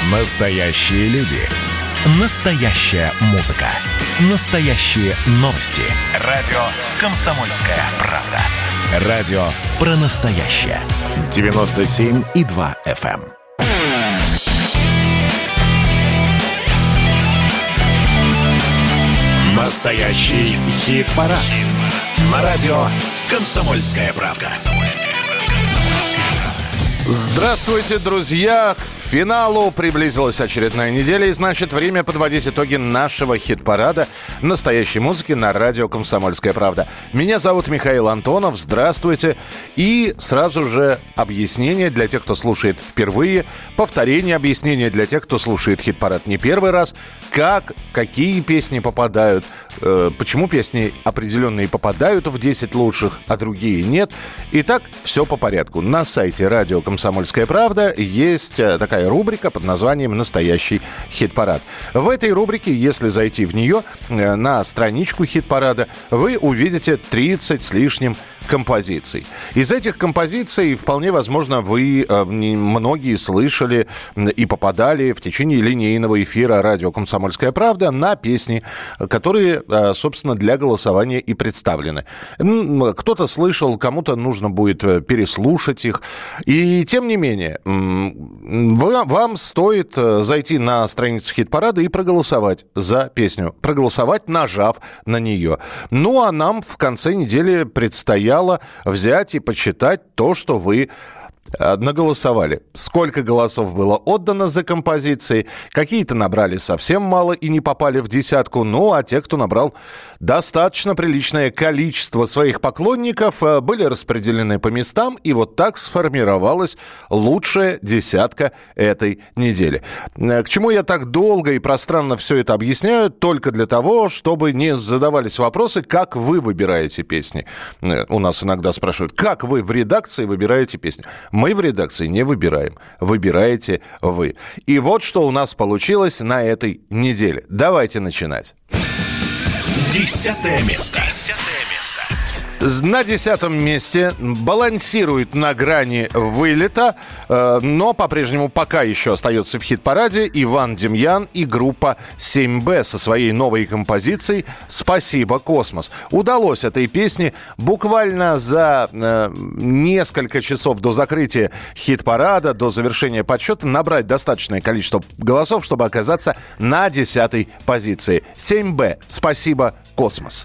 Настоящие люди. Настоящая музыка. Настоящие новости. Радио «Комсомольская правда». Радио про настоящее. 97,2 FM. Настоящий хит-парад. На радио «Комсомольская правда». Здравствуйте, друзья! К финалу приблизилась очередная неделя, и значит, время подводить итоги нашего хит-парада настоящей музыки на радио «Комсомольская правда». Меня зовут Михаил Антонов, здравствуйте. И сразу же объяснение для тех, кто слушает впервые, повторение объяснения для тех, кто слушает хит-парад не первый раз, какие песни попадают, почему песни определенные попадают в 10 лучших, а другие нет. Итак, все по порядку. На сайте радио «Комсомольская правда» есть такая рубрика под названием «Настоящий хит-парад». В этой рубрике, если зайти в нее, на страничку хит-парада, вы увидите 30 с лишним композиций. Из этих композиций, вполне возможно, вы многие слышали и попадали в течение линейного эфира радио «Комсомольская правда» на песни, которые, собственно, для голосования и представлены. Кто-то слышал, кому-то нужно будет переслушать их. И, тем не менее, вам стоит зайти на страницу хит-парада и проголосовать за песню. Проголосовать, нажав на нее. Ну, а нам в конце недели предстояло взять и почитать то, что вы наголосовали. Сколько голосов было отдано за композиции. Какие-то набрали совсем мало и не попали в десятку. Ну, а те, кто набрал достаточно приличное количество своих поклонников, были распределены по местам. И вот так сформировалась лучшая десятка этой недели. К чему я так долго и пространно все это объясняю? Только для того, чтобы не задавались вопросы, как вы выбираете песни. У нас иногда спрашивают, как вы в редакции выбираете песни? Мы в редакции не выбираем. Выбираете вы. И вот что у нас получилось на этой неделе. Давайте начинать. 10-е место. На 10-м месте балансирует на грани вылета, но по-прежнему пока еще остается в хит-параде Иван Демьян и группа 7Б со своей новой композицией «Спасибо, космос». Удалось этой песне буквально за несколько часов до закрытия хит-парада, до завершения подсчета, набрать достаточное количество голосов, чтобы оказаться на 10-й позиции. 7Б «Спасибо, космос».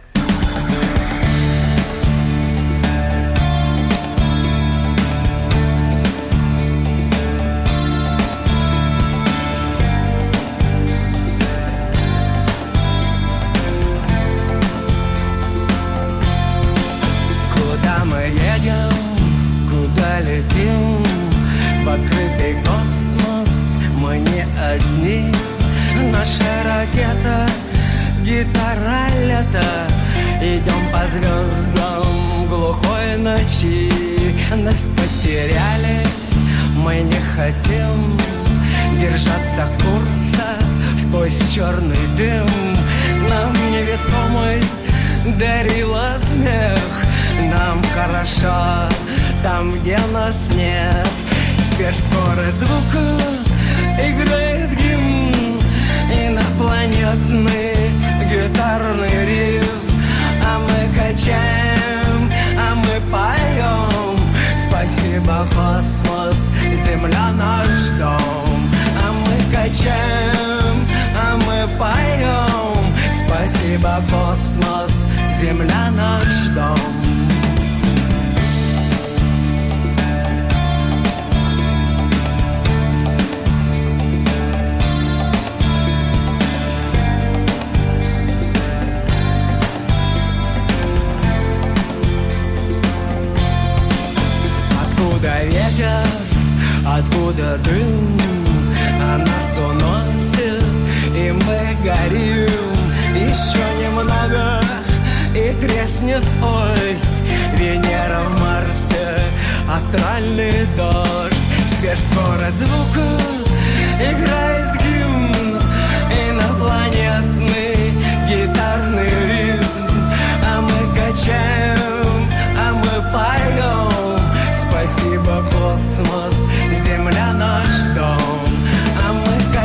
В открытый космос мы не одни. Наша ракета, гитара лета. Идем по звездам глухой ночи. Нас потеряли, мы не хотим держаться курса сквозь черный дым. Нам невесомость дарила смех. Нам хорошо там, где нас нет. Сверхскорость звука играет гимн. Инопланетный гитарный риф. А мы качаем, а мы поем. Спасибо, космос, Земля наш дом. А мы качаем, а мы поем. Спасибо, космос, Земля наш дом. Откуда ветер, откуда дым, а нас уносит, и мы горим. Еще немного, и треснет ось. Венера в Марсе, астральный дождь. Сверхскорость звука играет гимн. Инопланетный гитарный ритм. А мы качаем, а мы поем. Спасибо, космос, Земля наш дом. А мы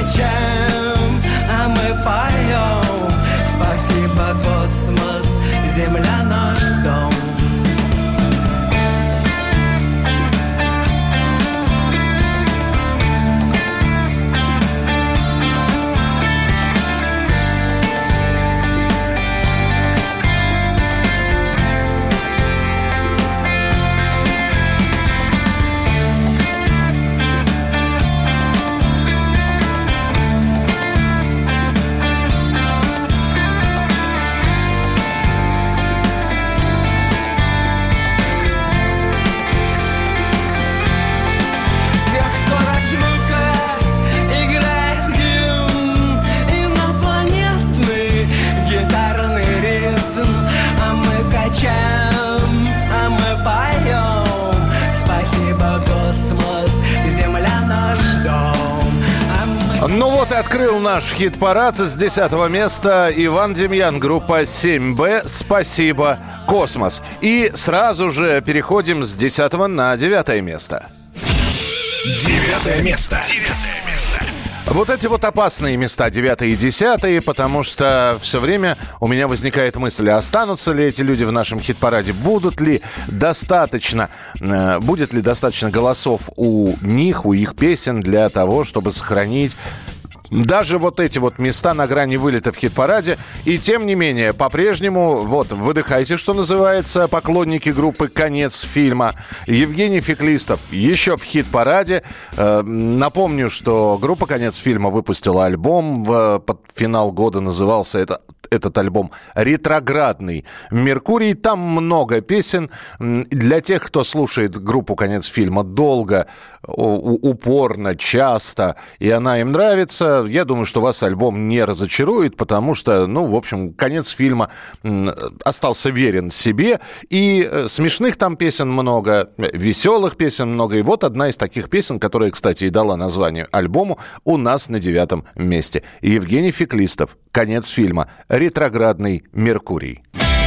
Ну вот и открыл наш хит-парад с 10-го места Иван Демьян, группа 7Б «Спасибо, космос». И сразу же переходим с 10-го на 9-е место. 9-е место. Вот эти вот опасные места, 9 и 10, потому что все время у меня возникает мысль, останутся ли эти люди в нашем хит-параде, будет ли достаточно голосов у них, у их песен для того, чтобы сохранить даже вот эти вот места на грани вылета в хит-параде. И тем не менее, по-прежнему, вот, выдыхайте, что называется, поклонники группы «Конец фильма». Евгений Феклистов еще в хит-параде. Напомню, что группа «Конец фильма» выпустила альбом. Под финал года назывался этот альбом «Ретроградный Меркурий». Там много песен. Для тех, кто слушает группу «Конец фильма» долго, упорно, часто, и она им нравится, я думаю, что вас альбом не разочарует, потому что, в общем, «Конец фильма» остался верен себе. И смешных там песен много, веселых песен много. И вот одна из таких песен, которая, кстати, и дала название альбому, у нас на 9-м месте. Евгений Феклистов, «Конец фильма», «Ретроградный Меркурий».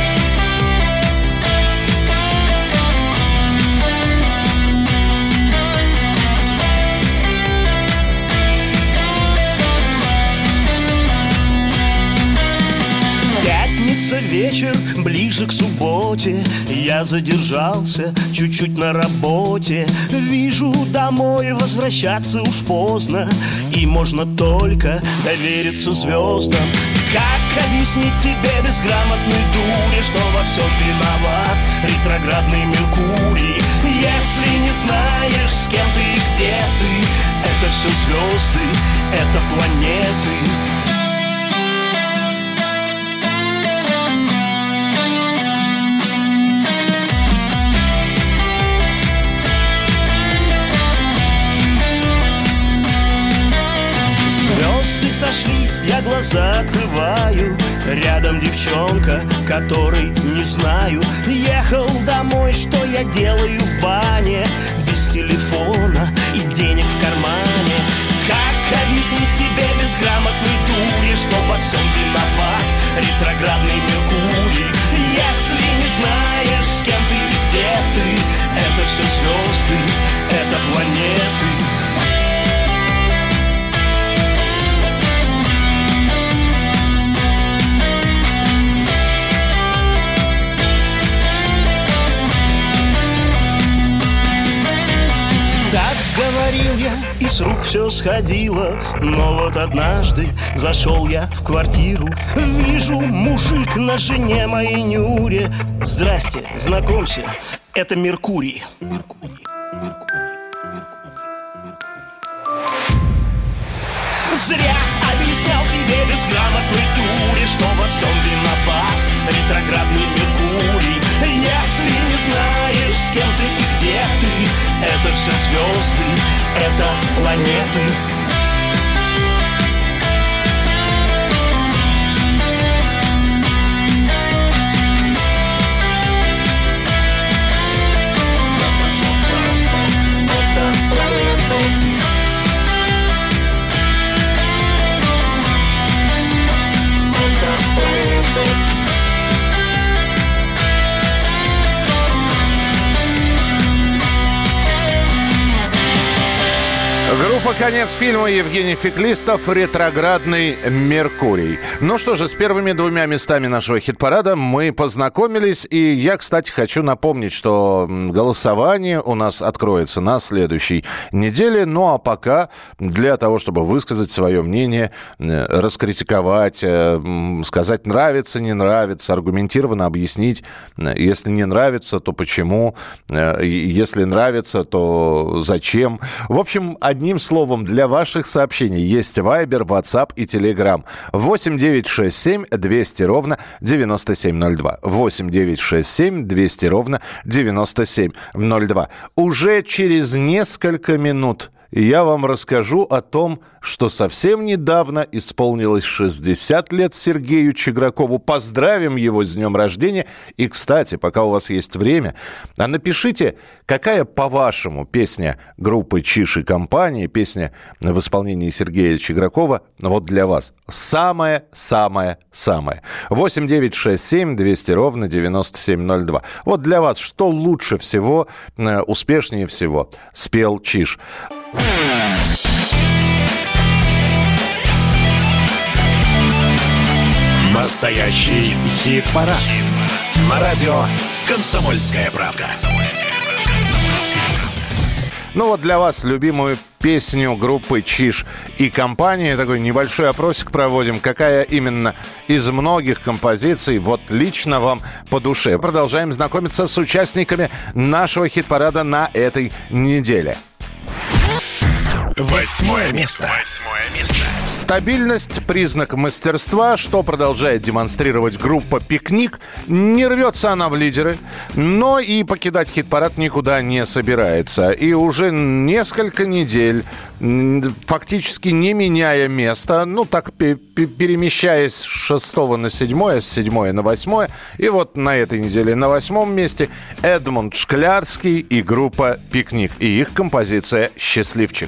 Вечер ближе к субботе, я задержался чуть-чуть на работе. Вижу, домой возвращаться уж поздно, и можно только довериться звездам. Как объяснить тебе безграмотной дуре, что во всем виноват ретроградный Меркурий? Если не знаешь, с кем ты и где ты, это все звезды, это планеты. Звезды сошлись, я глаза открываю. Рядом девчонка, которой не знаю. Ехал домой, что я делаю в бане, без телефона и денег в кармане. Как объяснить тебе, безграмотной дуре, что во всем виноват ретроградный Меркурий? Если не знаешь, с кем ты и где ты, это все звезды, это планеты. Говорил я, и с рук все сходило. Но вот однажды зашел я в квартиру. Вижу, мужик на жене моей Нюре. Здрасте, знакомься, это Меркурий. Зря объяснял тебе, безграмотной дуре, что во всем виноват ретроградный Меркурий. Если не знаешь, с кем ты и где ты, это все звезды, это планеты. Группа «Конец фильма», Евгений Феклистов, «Ретроградный Меркурий». Ну что же, с первыми двумя местами нашего хит-парада мы познакомились. И я, кстати, хочу напомнить, что голосование у нас откроется на следующей неделе. Ну а пока для того, чтобы высказать свое мнение, раскритиковать, сказать нравится, не нравится, аргументированно объяснить. Если не нравится, то почему? Если нравится, то зачем? В общем, одним словом, для ваших сообщений есть Viber, WhatsApp и Telegram. 8 967 200 ровно 9702. 8 967 200 ровно 9702. Уже через несколько минут я вам расскажу о том, что совсем недавно исполнилось 60 лет Сергею Чигракову. Поздравим его с днем рождения. И, кстати, пока у вас есть время, напишите, какая, по-вашему, песня группы «Чиж и компания», песня в исполнении Сергея Чигракова, вот для вас самая-самая-самая. 8 9 6 7 200 ровно 9702. Вот для вас что лучше всего, успешнее всего спел Чиж? Настоящий хит-парад. На радио «Комсомольская правда». Ну вот для вас любимую песню группы «Чиж и компания». Такой небольшой опросик проводим. Какая именно из многих композиций вот лично вам по душе? Продолжаем знакомиться с участниками нашего хит-парада на этой неделе. 8 место. Стабильность – признак мастерства, что продолжает демонстрировать группа «Пикник». Не рвется она в лидеры, но и покидать хит-парад никуда не собирается. И уже несколько недель, фактически не меняя места, ну так перемещаясь с 6 на 7, с 7 на 8. И вот на этой неделе на 8 месте Эдмунд Шклярский и группа «Пикник». И их композиция «Счастливчик».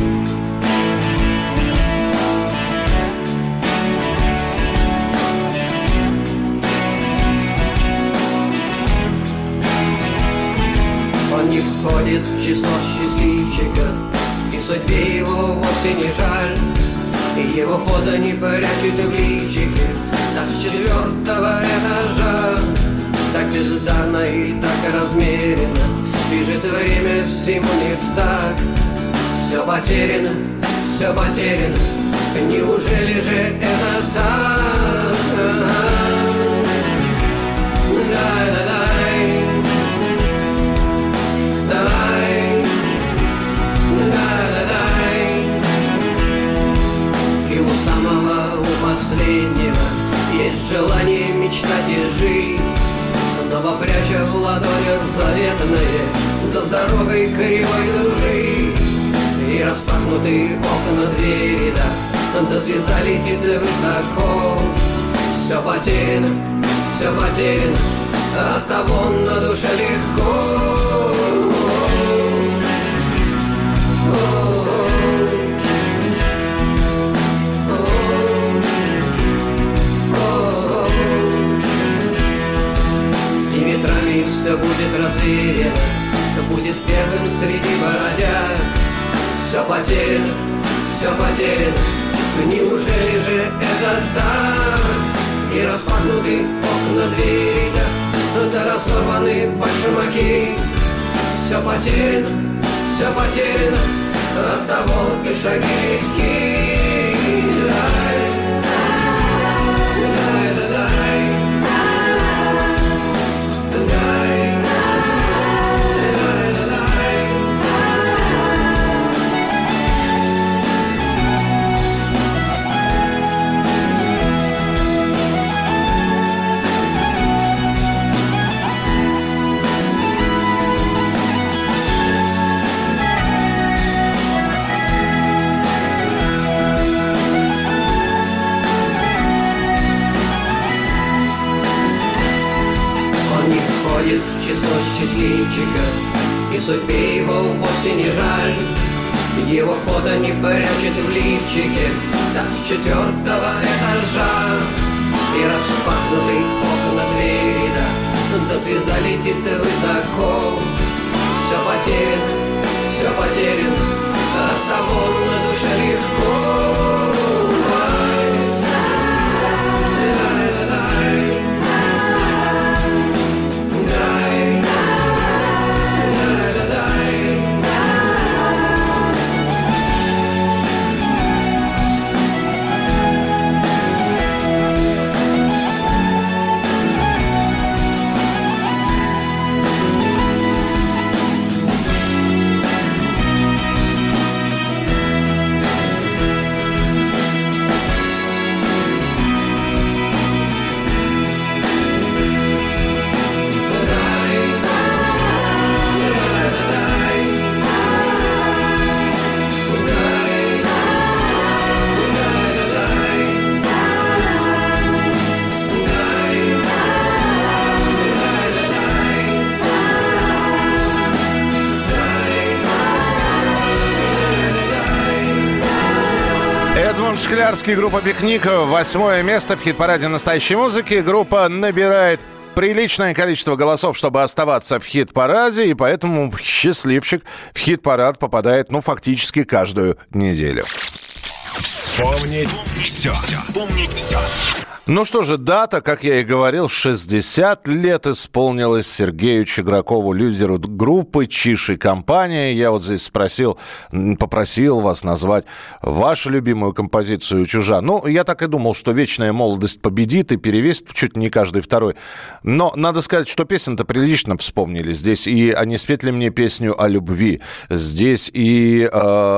Не входит в число счастливчиков, и судьбе его вовсе не жаль, и его фото не прячет в личике, так с 4-го этажа. Так бездарно и так размеренно бежит время всему не в такт. Все потеряно, неужели же это так? И у самого, у последнего есть желание мечтать и жить, снова пряча в ладонях заветное, да с дорогой кривой дружить. И распахнутые окна, двери, да звезда летит высоко. Все потеряно, оттого на душе легко. И ветрами все будет развеяно, будет первым среди бродяг. Все потеряно, неужели же это так? И распахнуты окна, двери, да разорваны башмаки. Все потеряно, оттого и шаги легки. Число счастливчиков, и судьбе его вовсе не жаль. Его фото не прячет в лифчике, так с 4-го этажа. И распахнуты окна, двери, да звезда летит высоко. Все потеряно, оттого на душе легко. Эдмунд Шклярский, группа «Пикник». 8 место в хит-параде настоящей музыки. Группа набирает приличное количество голосов, чтобы оставаться в хит-параде, и поэтому счастливчик в хит-парад попадает, фактически каждую неделю. Вспомнить все. Вспомнить все. Ну что же, дата, как я и говорил, 60 лет исполнилось Сергею Чигракову, лидеру группы «Чиж и компания». Я вот здесь попросил вас назвать вашу любимую композицию «Чужа». Я так и думал, что «Вечная молодость» победит и перевесит чуть не каждый второй. Но надо сказать, что песен-то прилично вспомнили здесь. И «А не спеть ли мне песню о любви?» Здесь и,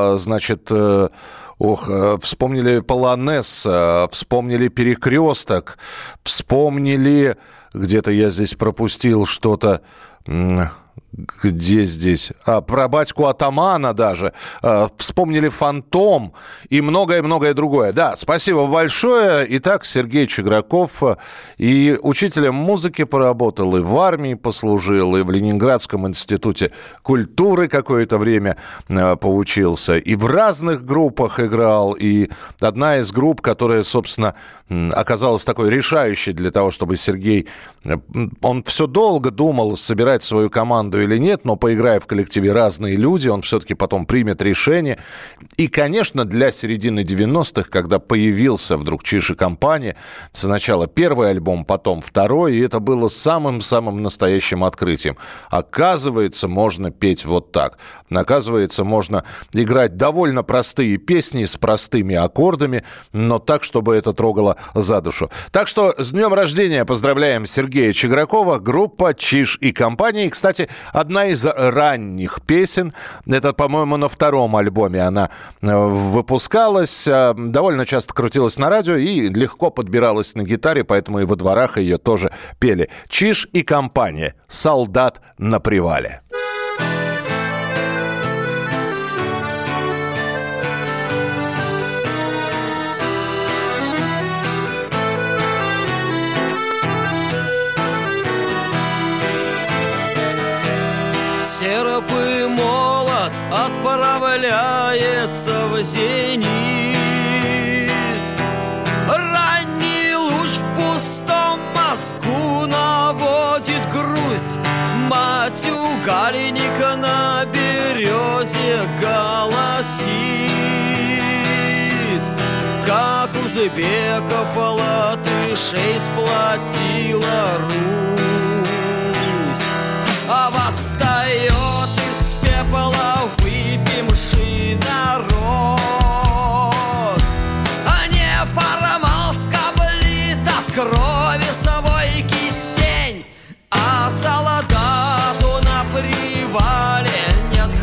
вспомнили «Полонез», вспомнили «Перекресток», вспомнили... Где-то я здесь пропустил что-то... Где здесь? Про батьку Атамана даже. Вспомнили «Фантом» и многое-многое другое. Да, спасибо большое. Итак, Сергей Чиграков и учителем музыки поработал, и в армии послужил, и в Ленинградском институте культуры какое-то время поучился, и в разных группах играл. И одна из групп, которая, собственно, оказалась такой решающей для того, чтобы Сергей... Он все долго думал, собирать свою команду или нет, но поиграя в коллективе разные люди, он все-таки потом примет решение. И, конечно, для середины 90-х, когда появился вдруг «Чиж и компания», сначала первый альбом, потом второй, и это было самым-самым настоящим открытием. Оказывается, можно петь вот так. Оказывается, можно играть довольно простые песни с простыми аккордами, но так, чтобы это трогало за душу. Так что с днем рождения поздравляем Сергея Чигракова, группа «Чиж и компания». И, кстати, одна из ранних песен, это, по-моему, на втором альбоме она выпускалась, довольно часто крутилась на радио и легко подбиралась на гитаре, поэтому и во дворах ее тоже пели. «Чиж и компания. Солдат на привале». Серп и молот отправляется в зенит. Ранний луч в пустом мозгу наводит грусть. Мать у галеника на березе голосит. Как узбеков латышей сплотила Русь. А восстает из пепла выпивший народ. А не формал скоблит от крови свой кистень. А солдату на привале нет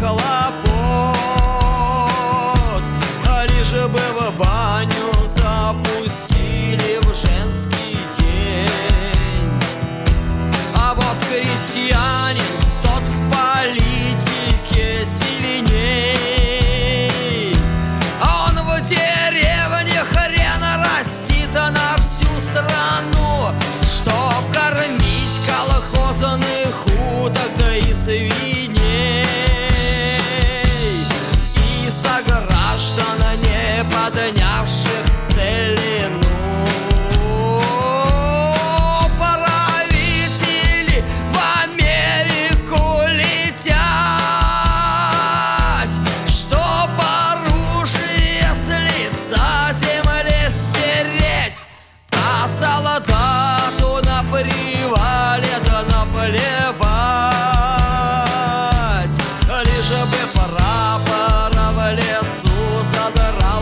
хлопот. Лишь бы в баню запустили в женский день. А вот крестьянин, тот в политике сильней. А он в деревне хрен растит на всю страну, чтоб кормить колхозных уток, да и свиней. И сограждан, не поднявших целину. Солдату на привале да наплевать. Лишь бы прапор в лесу задрал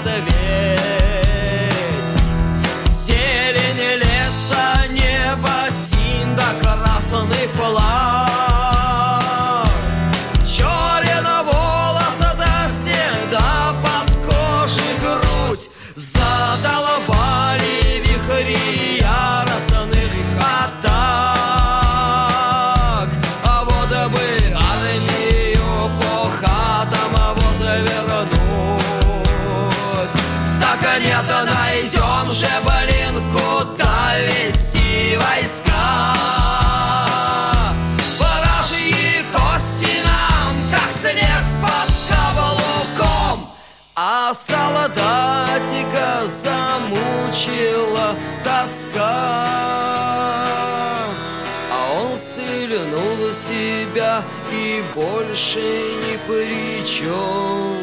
медведь. Зелень леса, небо, синь да красный флаг. Черен волос да седа под кожей грудь. Задолбали яростных атак. А вот бы армию по хатам возвернуть. Так нет, найдем же, куда вести войска. Вражьи кости нам, как снег под каблуком. А солдат мучила тоска. А он стрельнул в себя и больше ни при чем.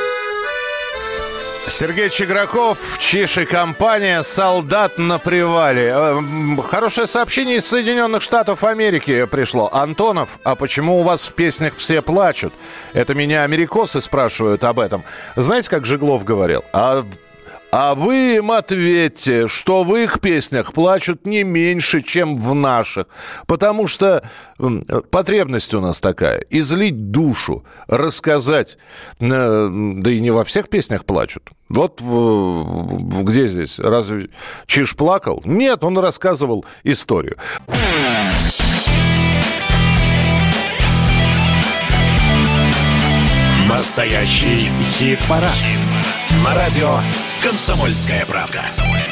Сергей Чиграков, Чиж и компания, «Солдат на привале». Хорошее сообщение из Соединенных Штатов Америки пришло. Антонов, а почему у вас в песнях все плачут? Это меня америкосы спрашивают об этом. Знаете, как Жиглов говорил? А вы им ответьте, что в их песнях плачут не меньше, чем в наших. Потому что потребность у нас такая. Излить душу, рассказать. Да и не во всех песнях плачут. Вот где здесь? Разве Чиж плакал? Нет, он рассказывал историю. Настоящий хит-парад. На радио «Комсомольская правда».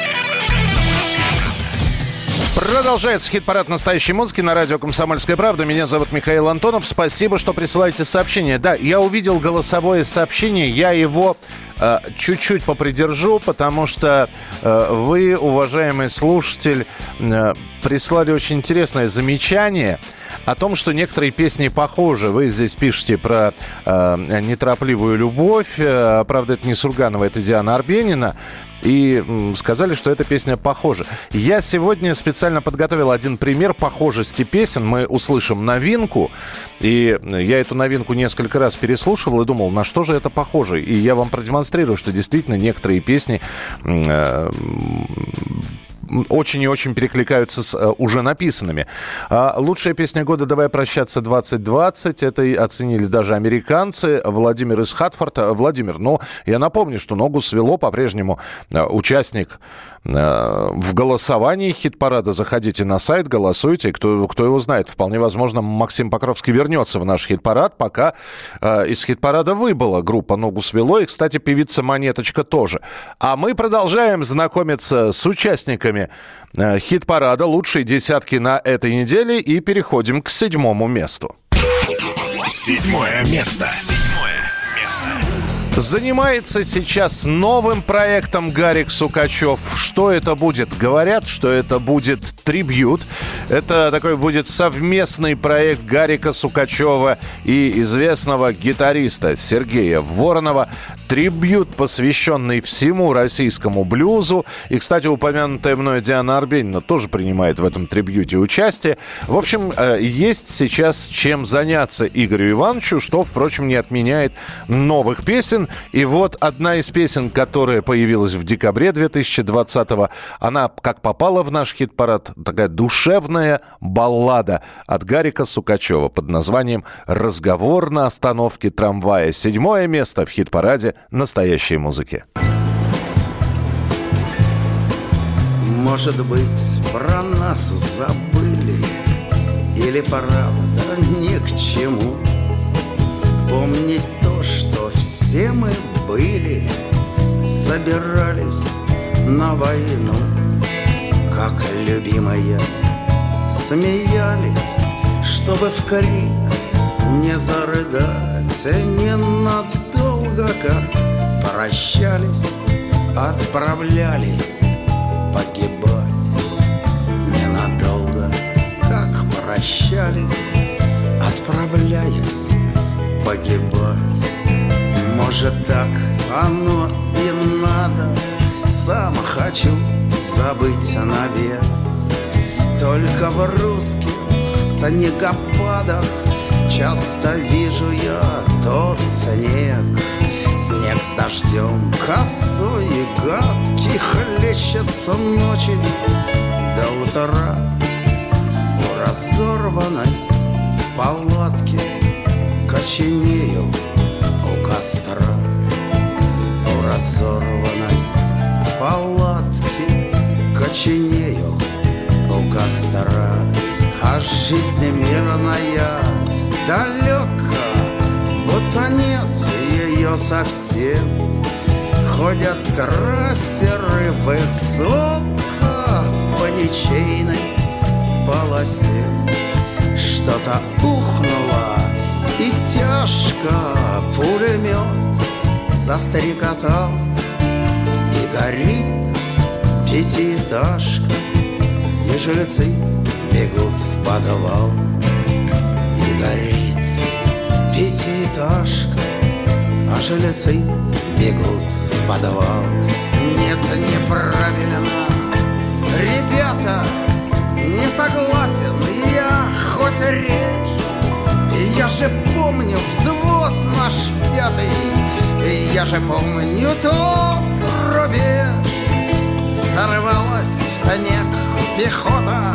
Продолжается хит-парад настоящей музыки на радио «Комсомольская правда». Меня зовут Михаил Антонов. Спасибо, что присылаете сообщения. Да, я увидел голосовое сообщение. Я его чуть-чуть попридержу, потому что вы, уважаемый слушатель, прислали очень интересное замечание о том, что некоторые песни похожи. Вы здесь пишете про неторопливую любовь. Правда, это не Сурганова, это Диана Арбенина. И сказали, что эта песня похожа. Я сегодня специально подготовил один пример похожести песен. Мы услышим новинку. И я эту новинку несколько раз переслушивал и думал, на что же это похоже. И я вам продемонстрирую, что действительно некоторые песни очень и очень перекликаются с уже написанными. Лучшая песня года «Давай прощаться 2020». Это оценили даже американцы. Владимир из Хатфорда. Владимир, я напомню, что ногу свело по-прежнему участник в голосовании хит-парада. Заходите на сайт, голосуйте. Кто его знает, вполне возможно, Максим Покровский вернется в наш хит-парад, пока из хит-парада выбыла группа «Ногу свело». И, кстати, певица «Монеточка» тоже. А мы продолжаем знакомиться с участниками хит-парада, лучшие десятки на этой неделе, и переходим к 7-му месту. 7-е место. Занимается сейчас новым проектом Гарик Сукачев. Что это будет? Говорят, что это будет трибьют. Это такой будет совместный проект Гарика Сукачева и известного гитариста Сергея Воронова. Трибьют, посвященный всему российскому блюзу. И, кстати, упомянутая мной Диана Арбенина тоже принимает в этом трибьюте участие. В общем, есть сейчас чем заняться Игорю Ивановичу, что, впрочем, не отменяет новых песен. И вот одна из песен, которая появилась в декабре 2020-го, она как попала в наш хит-парад, такая душевная баллада от Гарика Сукачева под названием «Разговор на остановке трамвая». 7-е место в хит-параде настоящей музыки. Может быть, про нас забыли, или правда ни к чему помнить то, что все мы были, собирались на войну, как любимые, смеялись, чтобы в крик не зарыдать, ненадолго, как прощались, отправлялись погибать. Ненадолго, как прощались, отправляясь погибать. Может, так оно и надо. Сам хочу забыть навек. Только в русских снегопадах часто вижу я тот снег. Снег с дождем косой и гадкий хлещется ночи до утра. У разорванной палатки коченею у костра. У разорванной палатки коченею у костра. А жизнь мирная далека, будто нет ее совсем. Ходят трассеры высоко по ничейной полосе. Что-то ухнуло и тяжко пулемет застрекотал. И горит пятиэтажка, и жильцы бегут в подвал. И горит пятиэтажка, а жильцы бегут в подвал. Нет, неправильно, ребята, не согласен я, хоть режь. Я же помню взвод наш пятый, я же помню тот рубеж. Сорвалась в снег пехота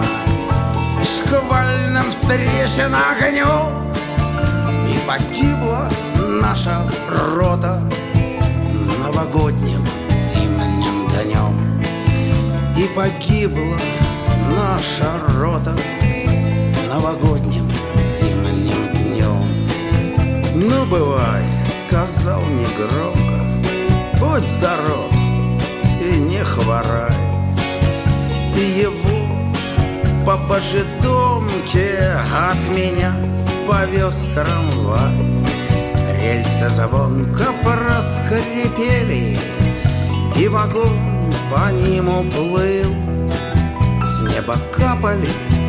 шквальным встречен огнем, и погибла наша рота новогодним зимним днем. И погибла наша рота новогодним зимним днем. Ну, бывай, сказал негромко, будь здоров и не хворай. И его по божедомке от меня повез трамвай. Рельсы звонко проскрипели, и вагон по ним уплыл. С неба капали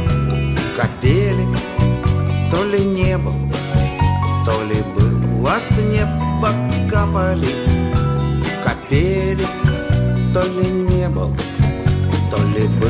капели, то ли не был, то ли был. А с неба капали капели, то ли не был, то ли был.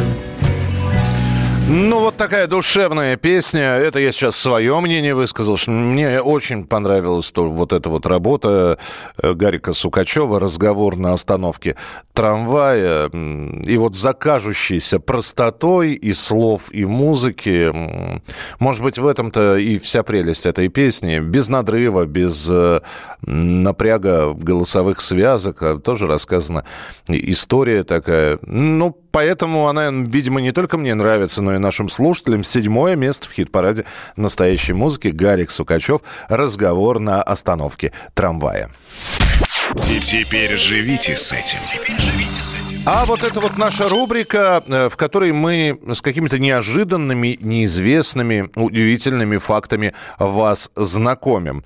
Ну, вот такая душевная песня. Это я сейчас свое мнение высказал. Мне очень понравилась вот эта вот работа Гарика Сукачева «Разговор на остановке трамвая». И вот за кажущейся простотой и слов, и музыки, может быть, в этом-то и вся прелесть этой песни. Без надрыва, без напряга голосовых связок. Тоже рассказана история такая. Ну, поэтому она, видимо, не только мне нравится, но и нашим слушателям. 7-е место в хит-параде настоящей музыки. Гарик Сукачев «Разговор на остановке трамвая». Теперь живите с этим. А вот это вот наша рубрика, в которой мы с какими-то неожиданными, неизвестными, удивительными фактами вас знакомим.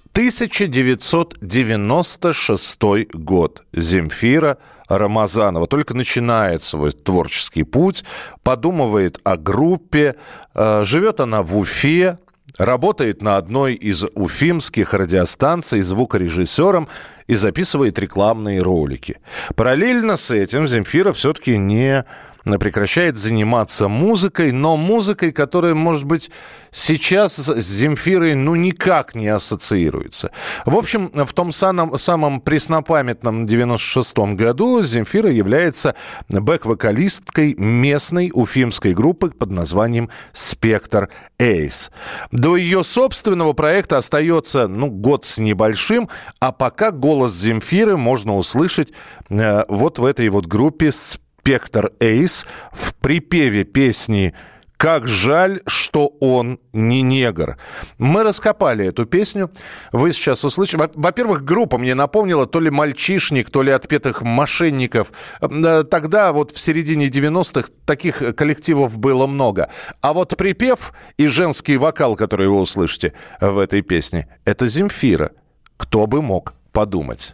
1996 год. Земфира Рамазанова только начинает свой творческий путь, подумывает о группе, живет она в Уфе, работает на одной из уфимских радиостанций звукорежиссером и записывает рекламные ролики. Параллельно с этим Земфира все-таки не прекращает заниматься музыкой, но музыкой, которая, может быть, сейчас с Земфирой никак не ассоциируется. В общем, в том самом преснопамятном 96-м году Земфира является бэк-вокалисткой местной уфимской группы под названием «Спектр Эйс». До ее собственного проекта остается, год с небольшим, а пока голос Земфиры можно услышать вот в этой вот группе «Спектр Эйс» в припеве песни «Как жаль, что он не негр». Мы раскопали эту песню. Вы сейчас услышите. Во-первых, группа мне напомнила то ли «Мальчишник», то ли «Отпетых мошенников». Тогда, вот в середине 90-х, таких коллективов было много. А вот припев и женский вокал, который вы услышите в этой песне, это Земфира. Кто бы мог подумать.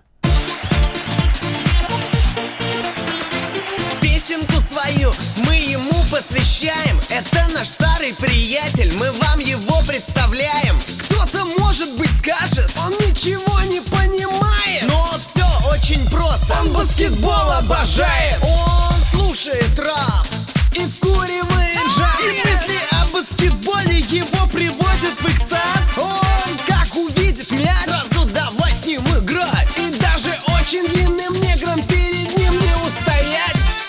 Мы ему посвящаем. Это наш старый приятель, мы вам его представляем. Кто-то, может быть, скажет, он ничего не понимает, но все очень просто. Он баскетбол обожает, он слушает рэп и вкуривает джаз. И мысли о баскетболе его приводят в экстаз. Он, как увидит мяч, сразу давай с ним играть. И даже очень длинным негром перед ним не устоять.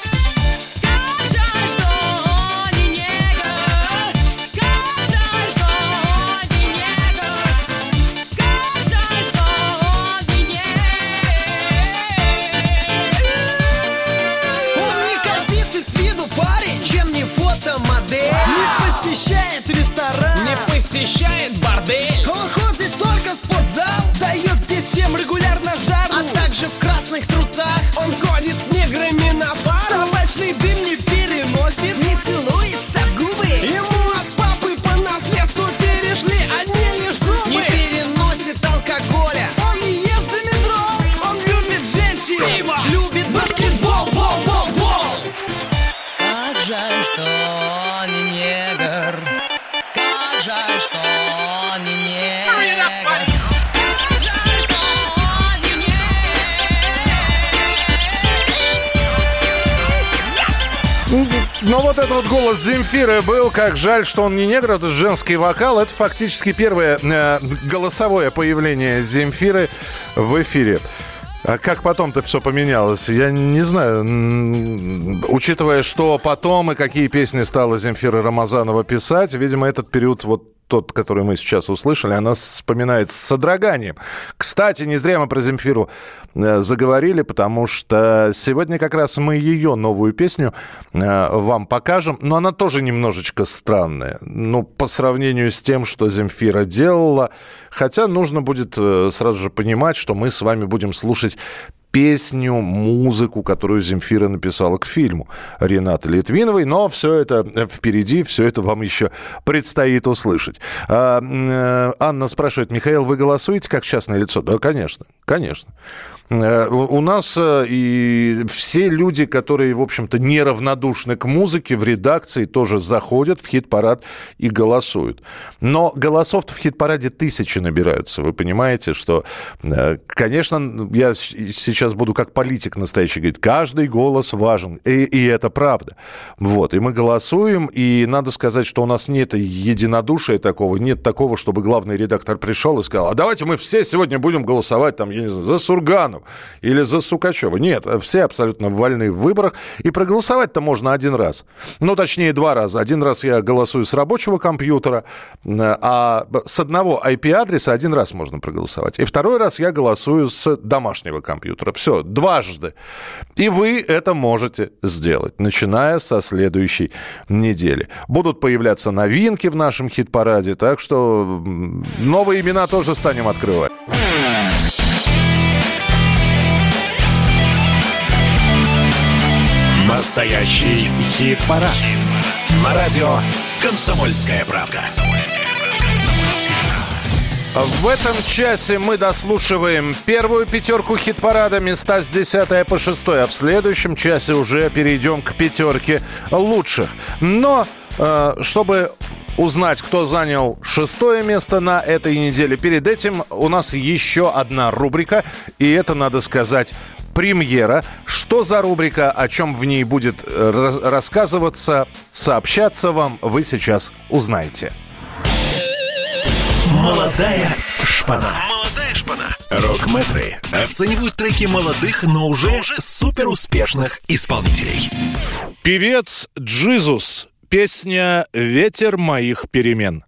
Посещает бордель. Он ходит только в спортзал, дает здесь всем регулярно жару. А также в красных трусах он ходит с неграми на пару. Табачный дым не переносит, не целуется в губы. Ему от папы по наследству перешли одни лишь зубы. Не переносит алкоголя, он не ест за метро. Он любит женщин, пиво, любит баскетбол, бол. Ну, вот этот вот голос Земфиры был. Как жаль, что он не негр, это женский вокал. Это фактически первое голосовое появление Земфиры в эфире. А как потом-то все поменялось? Я не знаю. Учитывая, что потом и какие песни стала Земфира Рамазанова писать, видимо, этот период вот тот, который мы сейчас услышали, она вспоминает с содроганием. Кстати, не зря мы про Земфиру заговорили, потому что сегодня как раз мы ее новую песню вам покажем. Но она тоже немножечко странная. Ну, по сравнению с тем, что Земфира делала. Хотя нужно будет сразу же понимать, что мы с вами будем слушать песню, музыку, которую Земфира написала к фильму Ренаты Литвиновой. Но все это впереди, все это вам еще предстоит услышать. Анна спрашивает: Михаил, вы голосуете как частное лицо? Да, конечно, конечно. У нас и все люди, которые, в общем-то, неравнодушны к музыке, в редакции тоже заходят в хит-парад и голосуют. Но голосов-то в хит-параде тысячи набираются. Вы понимаете, что, конечно, я сейчас буду как политик настоящий говорить, каждый голос важен. И это правда. Вот. И мы голосуем, и надо сказать, что у нас нет единодушия такого, нет такого, чтобы главный редактор пришел и сказал: а давайте мы все сегодня будем голосовать, там, я не знаю, за Сурганова или за Сукачева. Нет, все абсолютно вольны в выборах. И проголосовать-то можно один раз. Ну, точнее, два раза. Один раз я голосую с рабочего компьютера, а с одного IP-адреса один раз можно проголосовать. И второй раз я голосую с домашнего компьютера. Все, дважды. И вы это можете сделать, начиная со следующей недели. Будут появляться новинки в нашем хит-параде, так что новые имена тоже станем открывать. Настоящий хит-парад. На радио «Комсомольская правда». В этом часе мы дослушиваем первую пятерку хит-парада, места с 10 по 6. А в следующем часе уже перейдем к пятерке лучших. Но, чтобы узнать, кто занял 6 место на этой неделе, перед этим у нас еще одна рубрика. И это, надо сказать, премьера. Что за рубрика, о чем в ней будет рассказываться, сообщаться вам, вы сейчас узнаете. Молодая шпана. Молодая шпана. Рок-мэтры оценивают треки молодых, но уже суперуспешных исполнителей. Певец Джизус. Песня «Ветер моих перемен».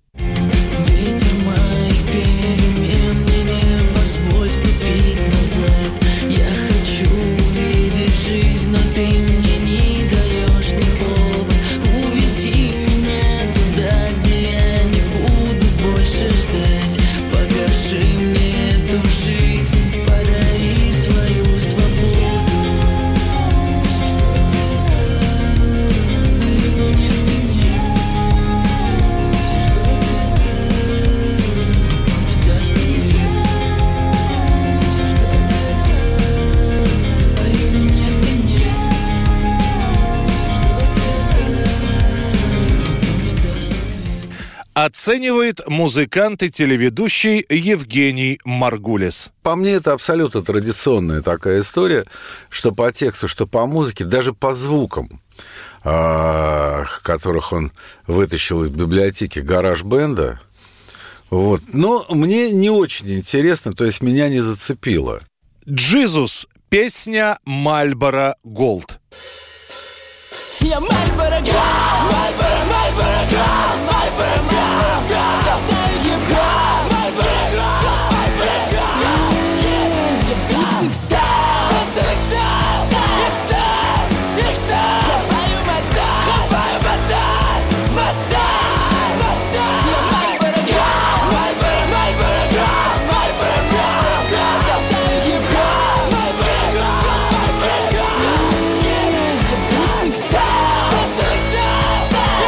Оценивает музыкант и телеведущий Евгений Маргулис. По мне, это абсолютно традиционная такая история, что по тексту, что по музыке, даже по звукам, которых он вытащил из библиотеки гараж-бенда. Вот. Но мне не очень интересно, то есть меня не зацепило. Джизус. Песня «Мальборо Голд». Я Мальборо Голд, Мальборо, Мальборо Голд, Мальборо Голд, топтаю хип-хоп, Мальборо Голд, Мальборо Голд. Я песник стал, песник стал, их стал, хапаю мотай, мотай, мотай. Я Мальборо Голд, Мальборо, Мальборо Голд, Мальборо Голд, топтаю хип-хоп, Мальборо Голд, Мальборо Голд. Я песник стал, песник стал,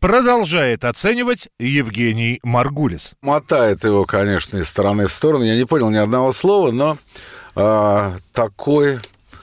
продолжает оценивать Евгений Маргулис. Мотает его, конечно, из стороны в сторону. Я не понял ни одного слова, но такой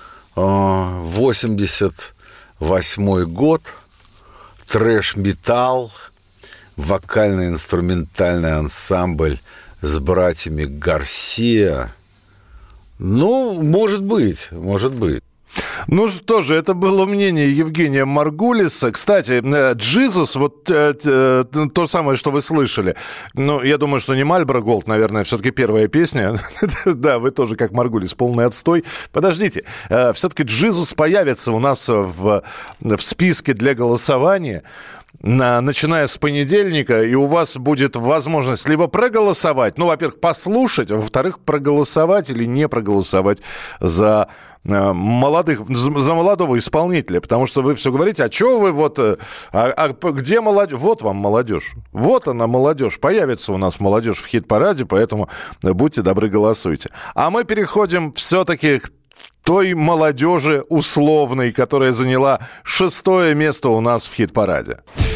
88-й год, трэш-металл, вокально-инструментальный ансамбль с братьями Гарсия. Ну, может быть. Ну что же, это было мнение Евгения Маргулиса. Кстати, «Джизус», вот то самое, что вы слышали. Ну, я думаю, что не «Мальборо Голд», наверное, все-таки первая песня. Да, вы тоже, как Маргулис, полный отстой. Подождите, все-таки «Джизус» появится у нас в списке для голосования, начиная с понедельника, и у вас будет возможность либо проголосовать, ну, во-первых, послушать, а во-вторых, проголосовать или не проголосовать за молодого исполнителя, потому что вы все говорите, а что вы вот, где молодежь? Вот вам молодежь, вот она молодежь, появится у нас молодежь в хит-параде, поэтому будьте добры, голосуйте. А мы переходим все-таки к той молодежи условной, которая заняла 6-е место у нас в хит-параде.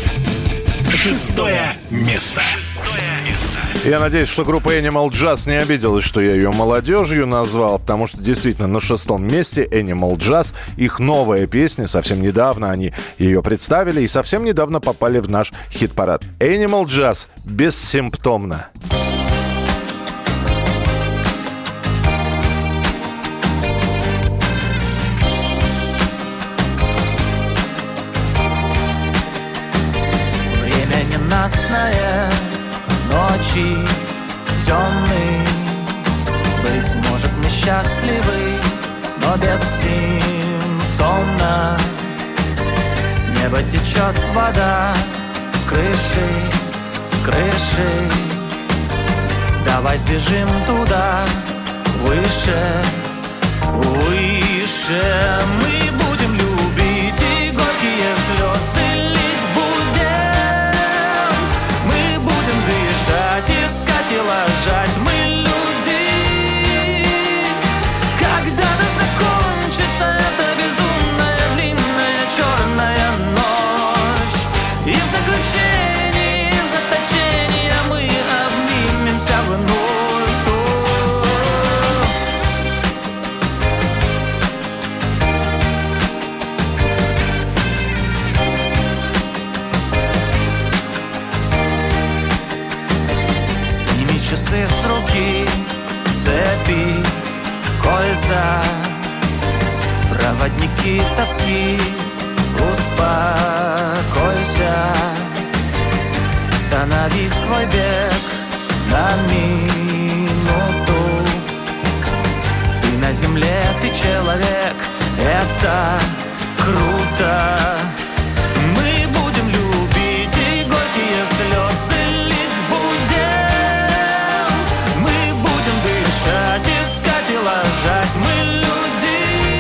6-е место. Я надеюсь, что группа Animal Jazz не обиделась, что я ее молодежью назвал, потому что действительно на 6-м месте Animal Jazz, их новая песня, совсем недавно они ее представили и совсем недавно попали в наш хит-парад. Animal Jazz «Бессимптомно». Ненастная, ночи темные, быть может мы счастливы, но бессимптомно. С неба течет вода, с крыши. Давай сбежим туда, выше. Мы будем любить и горькие слезы лить будем. Мы будем дышать, искать и ложать. Мы люди. Когда-то закончится эта безумная, длинная, черная ночь. И в заключении, в заточении мы обнимемся вновь. Часы с руки, цепи, кольца, проводники тоски, успокойся. Останови свой бег на минуту. Ты на земле, ты человек, это круто. Мы будем любить и горькие слезы лить будем. Искать и ложать, мы люди.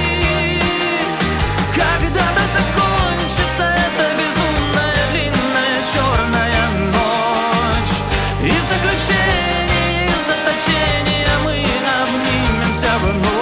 Когда-то закончится эта безумная, длинная, черная ночь. И в заключении, в заточении мы обнимемся вновь.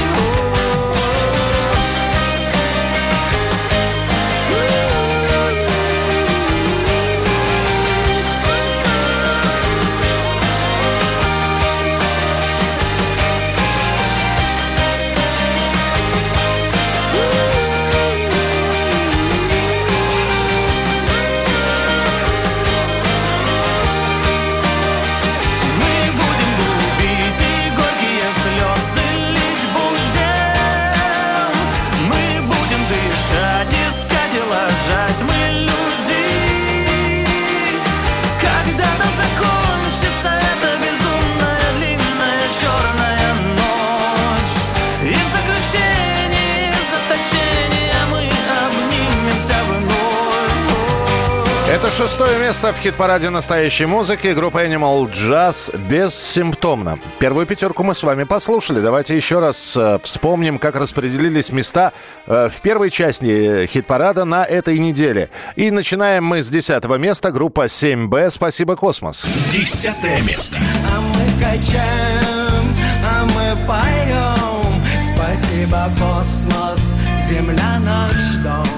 Это 6-е место в хит-параде настоящей музыки. Группа Animal Jazz «Бессимптомно». Первую пятерку мы с вами послушали. Давайте еще раз вспомним, как распределились места в первой части хит-парада на этой неделе. И начинаем мы с 10-го места. Группа 7Б «Спасибо, космос». 10-е место. А мы качаем, а мы поем. Спасибо, космос, земля наш дом.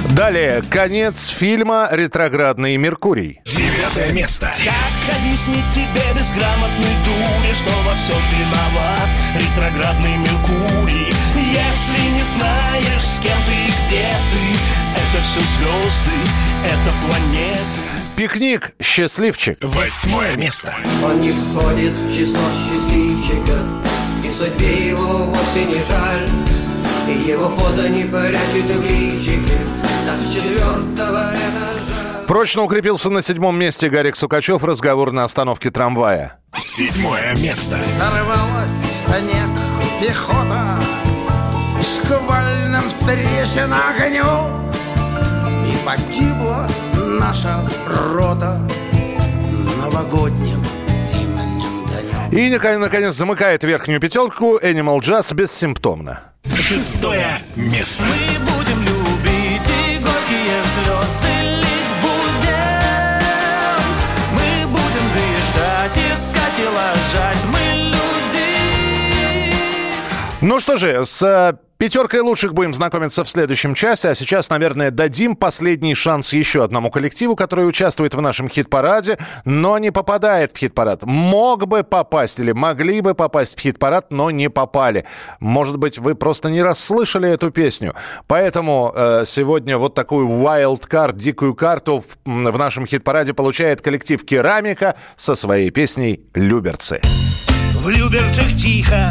Далее, конец фильма «Ретроградный Меркурий». 9 место. Как объяснить тебе безграмотной дуре, что во всем виноват ретроградный Меркурий? Если не знаешь, с кем ты и где ты, это все звезды, это планеты. «Пикник. Счастливчик». 8 место. Он не входит в число счастливчиков, и судьбе его вовсе не жаль, и его фото не прячет в личике, так с 4-го этажа. Прочно укрепился на 7-м месте Гарик Сукачев. Разговор на остановке трамвая. 7 место. Сорвалась в снег пехота, шквальным встречен огню, и погибла наша рота новогодним зимним днем. И, наконец, замыкает верхнюю пятерку Animal Jazz «Бессимптомно». 6 место. Мы будем любить и горькие слезы лить будем. Мы будем дышать, искать и ложать. Мы люди. Ну что же, с пятеркой лучших будем знакомиться в следующем часе. А сейчас, наверное, дадим последний шанс еще одному коллективу, который участвует в нашем хит-параде, но не попадает в хит-парад. Мог бы попасть или могли бы попасть в хит-парад, но не попали. Может быть, вы просто не расслышали эту песню. Поэтому сегодня вот такую wild-card, дикую карту в нашем хит-параде получает коллектив «Керамика» со своей песней «Люберцы». В Люберцах тихо,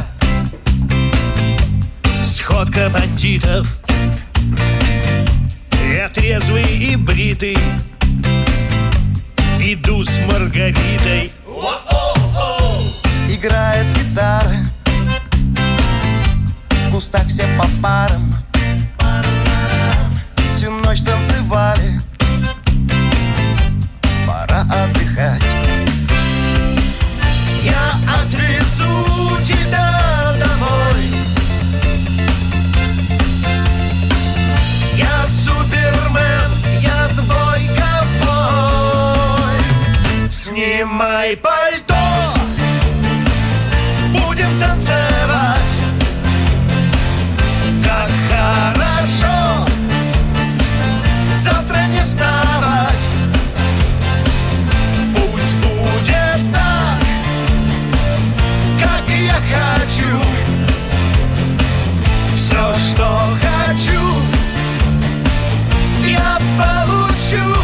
сходка бандитов. Я трезвый и бритый, иду с Маргаритой. Играет гитара, в кустах все по парам, всю ночь танцевали, пора отдыхать. Я отвезу тебя домой. Я супермен, я твой ковбой. Снимай пальто, будем танцевать. Как хорошо завтра не вставать. Пусть будет так, как я хочу. Все, что хочу, я получу.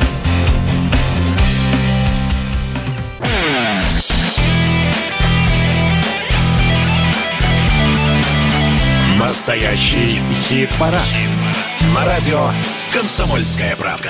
Настоящий хит-парад. На радио «Комсомольская правда».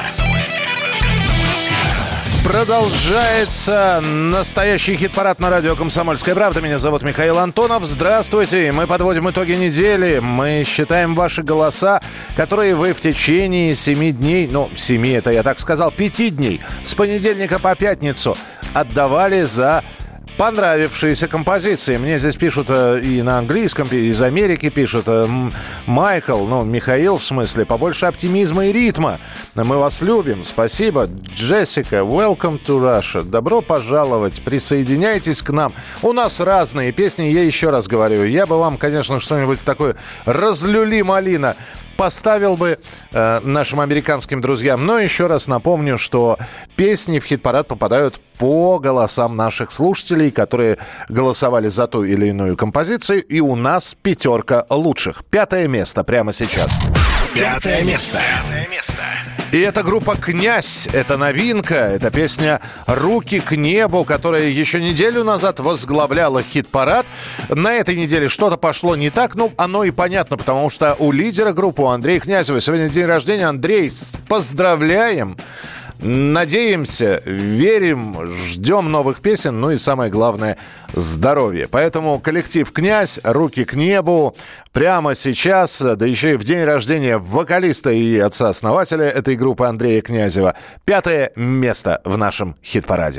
Продолжается настоящий хит-парад на радио «Комсомольская правда». Меня зовут Михаил Антонов. Здравствуйте. Мы подводим итоги недели. Мы считаем ваши голоса, которые вы в течение 7 дней, 7, это я так сказал, 5 дней, с понедельника по пятницу отдавали за понравившиеся композиции. Мне здесь пишут и на английском, из Америки пишут. Майкл, Михаил в смысле, побольше оптимизма и ритма. Мы вас любим, спасибо. Джессика, welcome to Russia. Добро пожаловать, присоединяйтесь к нам. У нас разные песни, я еще раз говорю. Я бы вам, конечно, что-нибудь такое разлюли-малина поставил бы нашим американским друзьям. Но еще раз напомню, что песни в хит-парад попадают по голосам наших слушателей, которые голосовали за ту или иную композицию. И у нас 5 лучших. 5 место прямо сейчас. 5 место. И это группа «Князь». Это новинка. Это песня «Руки к небу», которая еще неделю назад возглавляла хит-парад. На этой неделе что-то пошло не так. Оно и понятно, потому что у лидера группы, у Андрея Князева, сегодня день рождения. Андрей, поздравляем! Надеемся, верим, ждем новых песен, и самое главное – здоровье. Поэтому коллектив «Князь», «Руки к небу» прямо сейчас, да еще и в день рождения вокалиста и отца-основателя этой группы Андрея Князева. 5 место в нашем хит-параде.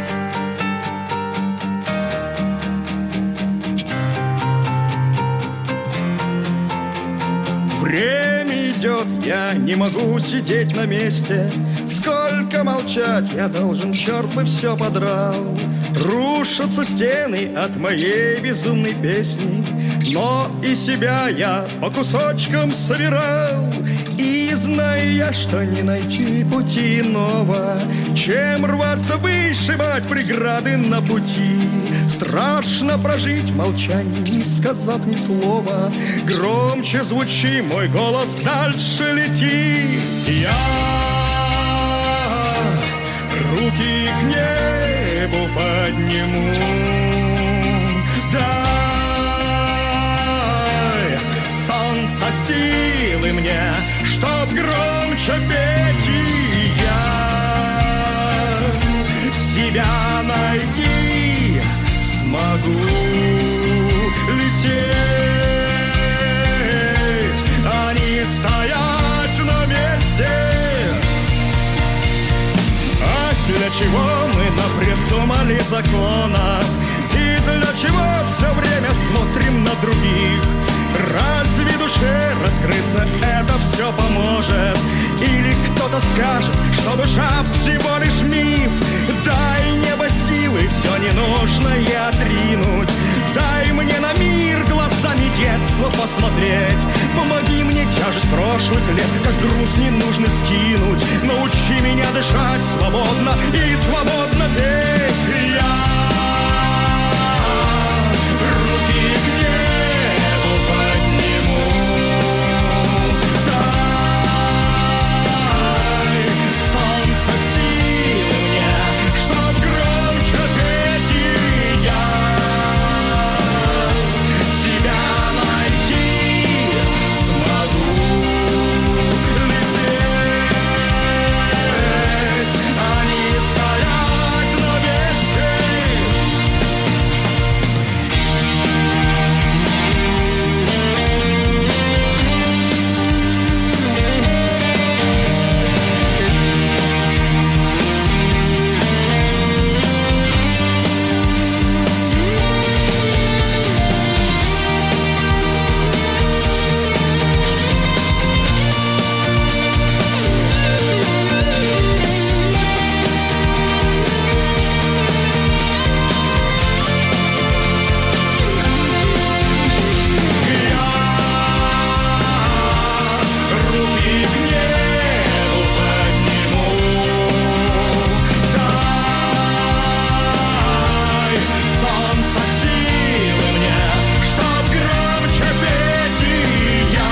Время идет, я не могу сидеть на месте. Сколько молчать я должен, черт бы все подрал. Рушатся стены от моей безумной песни, но и себя я по кусочкам собирал. И знаю я, что не найти пути иного, чем рваться вышибать преграды на пути. Страшно прожить молчание, не сказав ни слова. Громче звучи, мой голос, дальше лети. Я руки к небу подниму. Дай солнца силы мне, чтоб громче петь, и я себя найти смогу лететь, а не стоять на месте. Для чего мы напридумали законов? И для чего все время смотрим на других? Разве душе раскрыться это все поможет? Или кто-то скажет, что душа всего лишь миф? Дай небо силы все ненужное отринуть. Дай мне на мир глазами детства посмотреть. Помоги мне тяжесть прошлых лет, как груз не нужно скинуть. Научи меня дышать свободно и свободно петь. Я руки к небу подниму. Дай солнце силы мне, чтоб громче петь, и я себя найти смогу лететь, а не стоять на месте. Руки к небу подниму. Дай солнце силы мне, чтоб громче петь, и я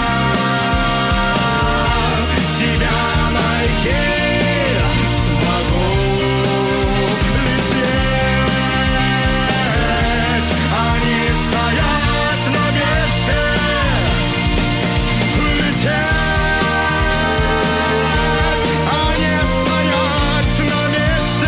себя найти смогу лететь, а не стоять на месте. Лететь, а не стоять на месте.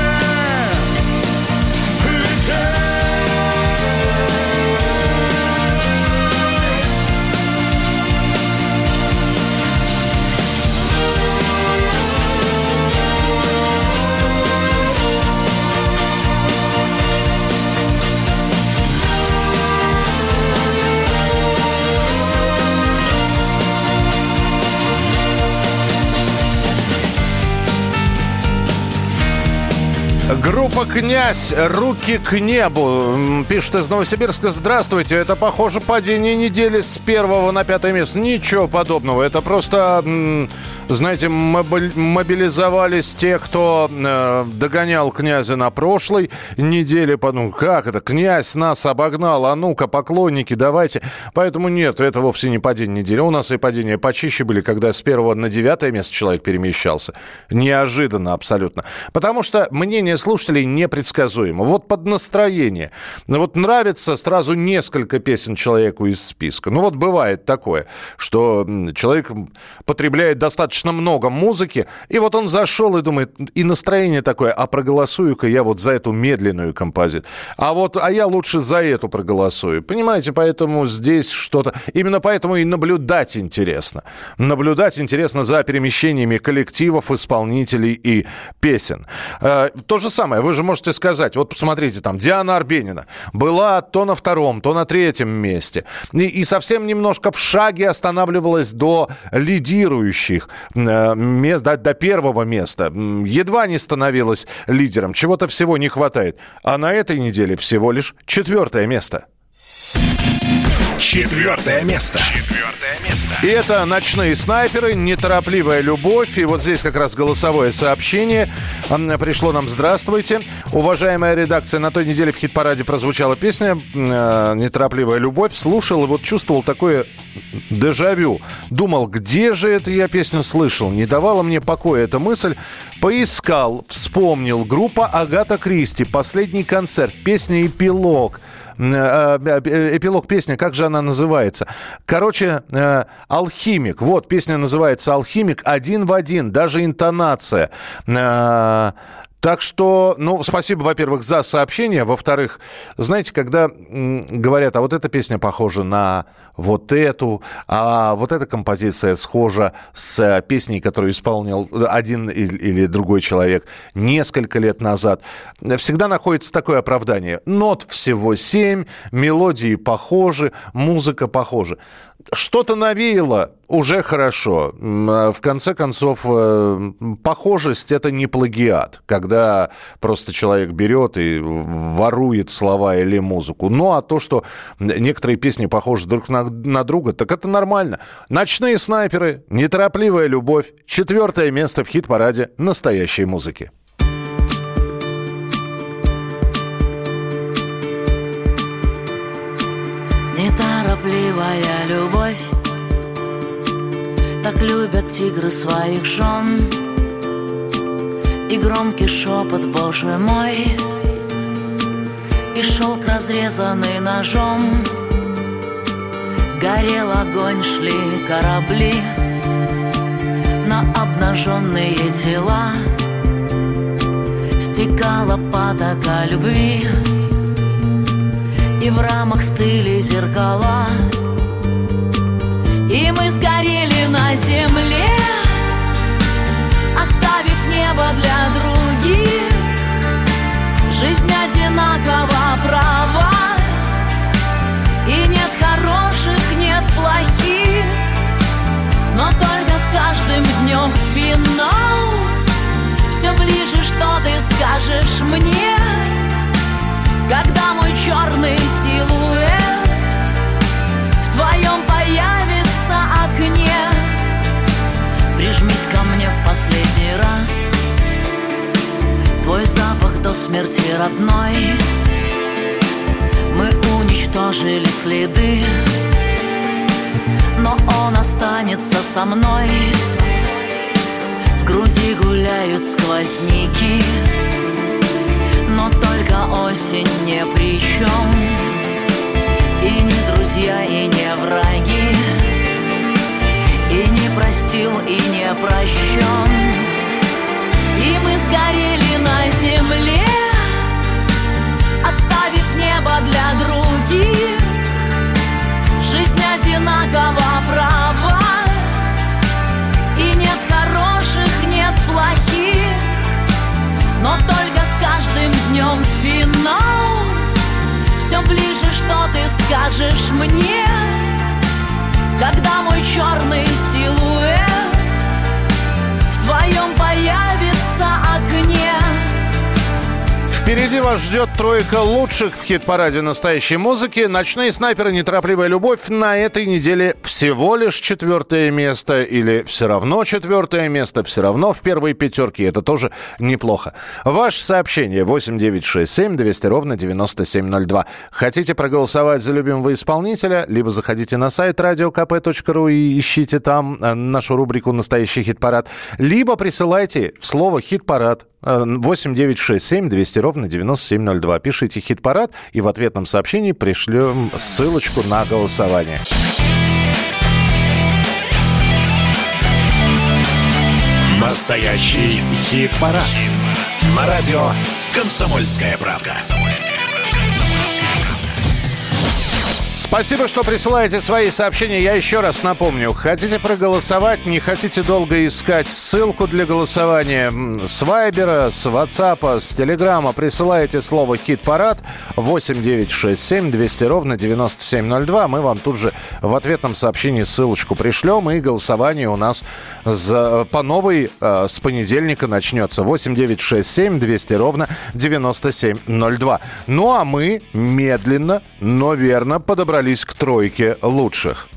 Группа «Князь», «Руки к небу». Пишет из Новосибирска: здравствуйте, это, похоже, падение недели с 1 на 5 место. Ничего подобного. Это просто, знаете, мобилизовались те, кто догонял «Князя» на прошлой неделе. Ну, как это? «Князь» нас обогнал. А ну-ка, поклонники, давайте. Поэтому нет, это вовсе не падение недели. У нас и падения почище были, когда с 1 на 9 место человек перемещался. Неожиданно абсолютно. Потому что мнение слушателей непредсказуемо. Вот под настроение. Вот нравится сразу несколько песен человеку из списка. Ну вот бывает такое, что человек потребляет достаточно много музыки, и вот он зашел и думает, и настроение такое, а проголосую-ка я вот за эту медленную композицию. А я лучше за эту проголосую. Понимаете, поэтому здесь что-то... Именно поэтому и наблюдать интересно. Наблюдать интересно за перемещениями коллективов, исполнителей и песен. То же самое, вы же можете сказать, вот посмотрите, там Диана Арбенина была то на 2-м, то на 3-м месте. И совсем немножко в шаге останавливалась до лидирующих мест, до 1-го места. Едва не становилась лидером, чего-то всего не хватает. А на этой неделе всего лишь 4-е место. 4 место. И это «Ночные снайперы», «Неторопливая любовь». И вот здесь как раз голосовое сообщение пришло нам. Здравствуйте. Уважаемая редакция, на той неделе в хит-параде прозвучала песня «Неторопливая любовь». Слушал и вот чувствовал такое дежавю. Думал, где же это я песню слышал? Не давала мне покоя эта мысль. Поискал, вспомнил. Группа «Агата Кристи». Последний концерт. Песня «Эпилог». Эпилог песни, как же она называется? Короче, «Алхимик». Вот, песня называется «Алхимик», один в один, даже интонация. Так что, ну, спасибо, во-первых, за сообщение. Во-вторых, знаете, когда говорят, а вот эта песня похожа на вот эту, а вот эта композиция схожа с песней, которую исполнил один или другой человек несколько лет назад, всегда находится такое оправдание. Нот всего 7, мелодии похожи, музыка похожа. Что-то навеяло, уже хорошо. В конце концов, похожесть – это не плагиат, когда просто человек берет и ворует слова или музыку. Ну, а то, что некоторые песни похожи друг на друга, так это нормально. «Ночные снайперы», «Неторопливая любовь», 4 место в хит-параде настоящей музыки. Неторопливая любовь, так любят тигры своих жен. И громкий шепот, Боже мой, и шелк, разрезанный ножом. Горел огонь, шли корабли на обнаженные тела. Стекала потока любви, и в рамах стыли зеркала. И мы сгорели на земле, оставив небо для других. Жизнь одинакова права, и нет хороших, нет плохих. Но только с каждым днем финал. Все ближе, что ты скажешь мне, когда мой черный силуэт в твоем появится окне. Прижмись ко мне в последний раз, твой запах до смерти родной. Мы уничтожили следы, но он останется со мной. В груди гуляют сквозняки, но только осень не при чем. И не друзья, и не враги, и не простил, и не прощен. И мы сгорели на земле, оставив небо для других. Жизнь одинакова права, и нет хороших, нет плохих. Но только с каждым днем финал. Все ближе, что ты скажешь мне, когда мой черный силуэт в твоем появится окне. Впереди вас ждет тройка лучших в хит-параде настоящей музыки. «Ночные снайперы», «Неторопливая любовь» на этой неделе всего лишь 4 место. Или все равно 4 место, все равно в первой пятерке. Это тоже неплохо. Ваше сообщение 8967 200 ровно 9702. Хотите проголосовать за любимого исполнителя? Либо заходите на сайт radiokp.ru и ищите там нашу рубрику «Настоящий хит-парад». Либо присылайте слово «хит-парад» 8967 200 ровно 9702. Пишите «хит-парад» и в ответном сообщении пришлем ссылочку на голосование. Настоящий хит-парад. На радио «Комсомольская правда». Спасибо, что присылаете свои сообщения. Я еще раз напомню. Хотите проголосовать, не хотите долго искать ссылку для голосования с Вайбера, с Ватсапа, с Телеграма. Присылаете слово «Хит-парад» 8967 200 ровно 9702. Мы вам тут же в ответном сообщении ссылочку пришлем. И голосование у нас по новой с понедельника начнется. 8967 200 ровно 9702. Ну а мы медленно, но верно подобрали пробрались к тройке лучших.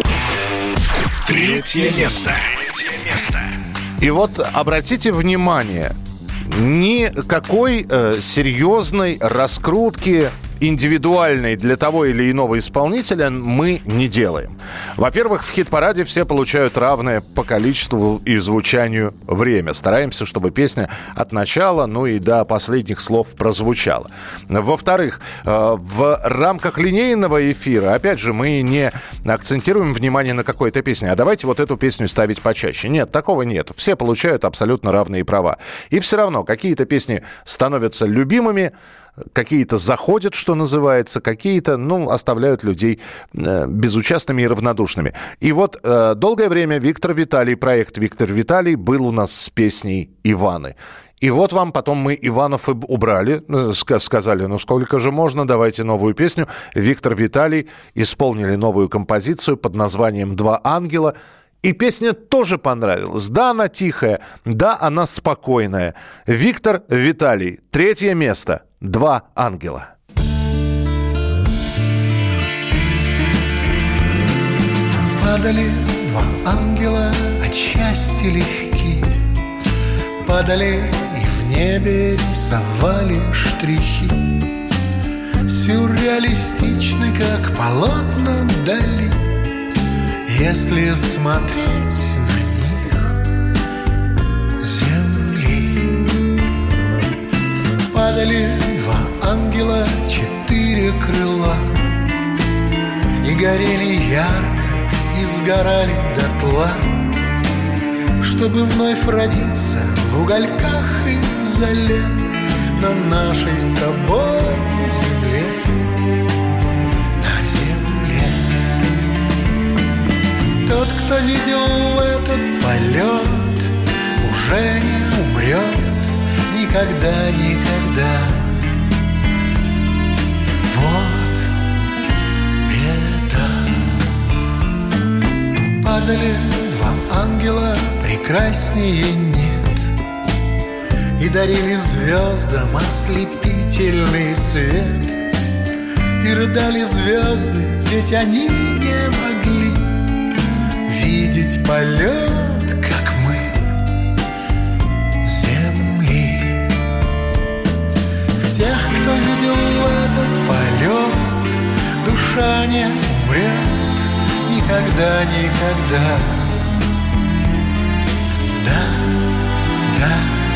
Третье место. И вот обратите внимание, никакой серьезной раскрутки индивидуальной для того или иного исполнителя мы не делаем. Во-первых, в хит-параде все получают равное по количеству и звучанию время. Стараемся, чтобы песня от начала, ну и до последних слов прозвучала. Во-вторых, в рамках линейного эфира, опять же, мы не акцентируем внимание на какой-то песне, а давайте вот эту песню ставить почаще. Нет, такого нет. Все получают абсолютно равные права. И все равно какие-то песни становятся любимыми, какие-то заходят, что называется, какие-то, оставляют людей безучастными и равнодушными. И вот долгое время проект «Виктор Виталий» был у нас с песней «Иваны». И вот вам потом мы Иванов убрали, сказали, сколько же можно, давайте новую песню. Виктор Виталий исполнили новую композицию под названием «Два ангела». И песня тоже понравилась. Да, она тихая, да, она спокойная. Виктор Виталий, третье место. «Два ангела». Падали два ангела, от счастья легки. Падали и в небе рисовали штрихи. Сюрреалистичны, как полотна дали, если смотреть на них земли. Падали два ангела, четыре крыла, и горели ярко, и сгорали дотла, чтобы вновь родиться в угольках и в золе на нашей с тобой земле. Тот, кто видел этот полет, уже не умрет никогда, никогда. Вот беда. Падали два ангела, прекраснее нет, и дарили звездам ослепительный свет. И рыдали звезды, ведь они не могли видеть полет, как мы, земли. В тех, кто видел этот полет, душа не умрет никогда, никогда. Да, да.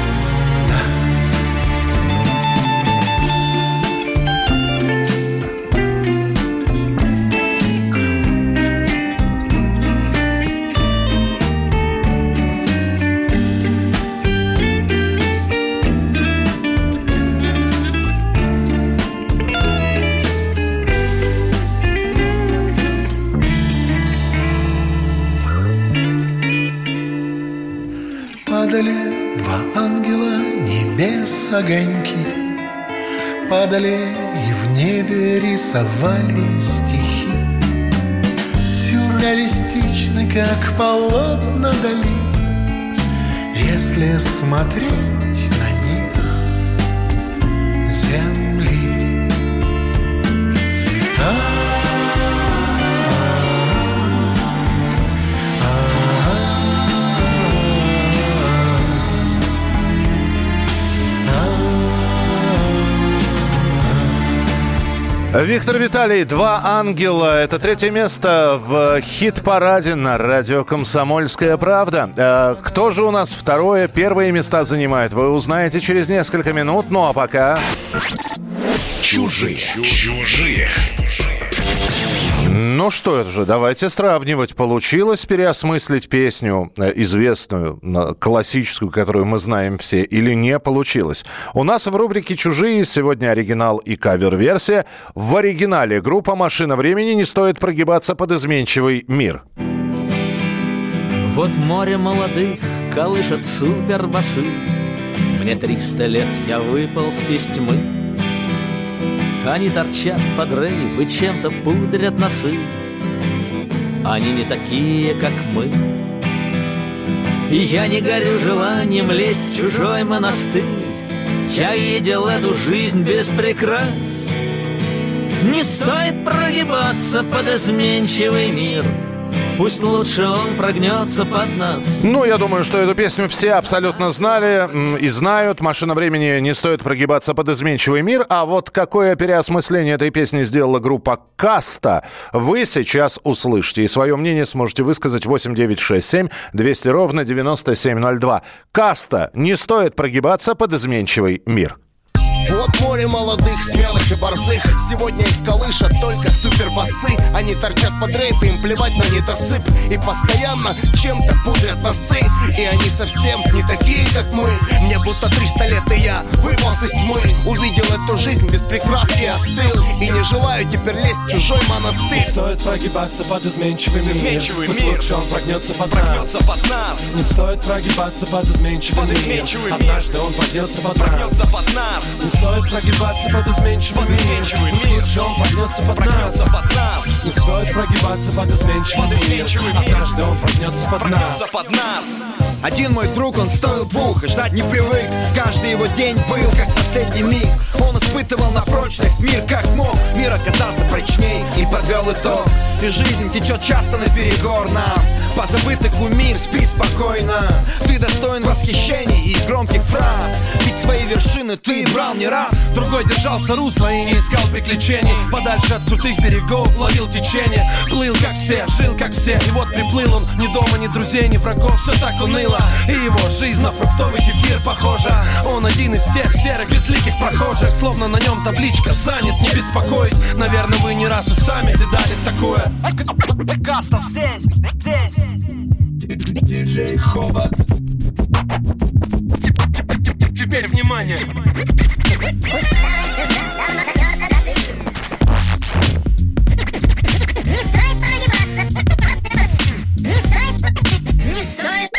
Падали два ангела, небес огоньки, падали и в небе рисовали стихи. Сюрреалистичны, как полотна дали, если смотреть на них земли. Виктор Виталий, «Два ангела». Это третье место в хит-параде на радио «Комсомольская правда». Кто же у нас второе, первые места занимает, вы узнаете через несколько минут. Ну а пока... Чужие. Ну что же, давайте сравнивать. Получилось переосмыслить песню известную, классическую, которую мы знаем все, или не получилось? У нас в рубрике «Чужие» сегодня оригинал и кавер-версия. В оригинале группа «Машина времени» «Не стоит прогибаться под изменчивый мир». Вот море молодых колышет супербасы. Мне 300 лет, я выполз из тьмы. Они торчат под рейв и чем-то пудрят носы. Они не такие, как мы. И я не горю желанием лезть в чужой монастырь. Я видел эту жизнь без прикрас. Не стоит прогибаться под изменчивый мир. Пусть лучше он прогнется под нас. Ну, я думаю, что эту песню все абсолютно знали и знают. «Машина времени», не стоит прогибаться под изменчивый мир. А вот какое переосмысление этой песни сделала группа «Каста», вы сейчас услышите. И свое мнение сможете высказать 8967 200 ровно 9702. «Каста», не стоит прогибаться под изменчивый мир. Вот море молодых, смелых и борзых. Сегодня их колышат только супербасы. Они торчат под рейф, им плевать на недосып. И постоянно чем-то пудрят носы. И они совсем не такие, как мы. Мне будто 300 лет, и я выполз из тьмы. Увидел эту жизнь без прикрас и остыл. И не желаю теперь лезть в чужой монастырь. Не стоит прогибаться под изменчивый мир. Пусть лучше он прогнется под нас. Не стоит прогибаться под изменчивый мир. Однажды он прогнется под нас. Не стоит прогибаться под изменчивый мир. Пусть лучше он прогнется под нас. Не стоит прогибаться под изменчивый мир. Однажды он прогнется под нас. Один мой друг, он стоил двух, и ждать не привык. Каждый его день был как последний миг. Он испытывал на прочность мир как мог. Мир оказался прочней и подвел итог. И жизнь течет часто наперегор нам. Позабытый кумир, спи спокойно. Ты достоин восхищений и громких фраз. Ведь свои вершины ты брал не раз. Другой держался русла и не искал приключений. Подальше от крутых берегов ловил течение. Плыл как все, жил как все. И вот приплыл он, ни дома, ни друзей, ни врагов. Все так уныло, и его жизнь на фруктовый кефир похожа. Он один из тех серых безликих прохожих. Словно на нем табличка «Занят, не беспокоить». Наверное, вы не раз и сами видали такое. Каста здесь, здесь. Диджей Хобот. Теперь внимание. Не стоит.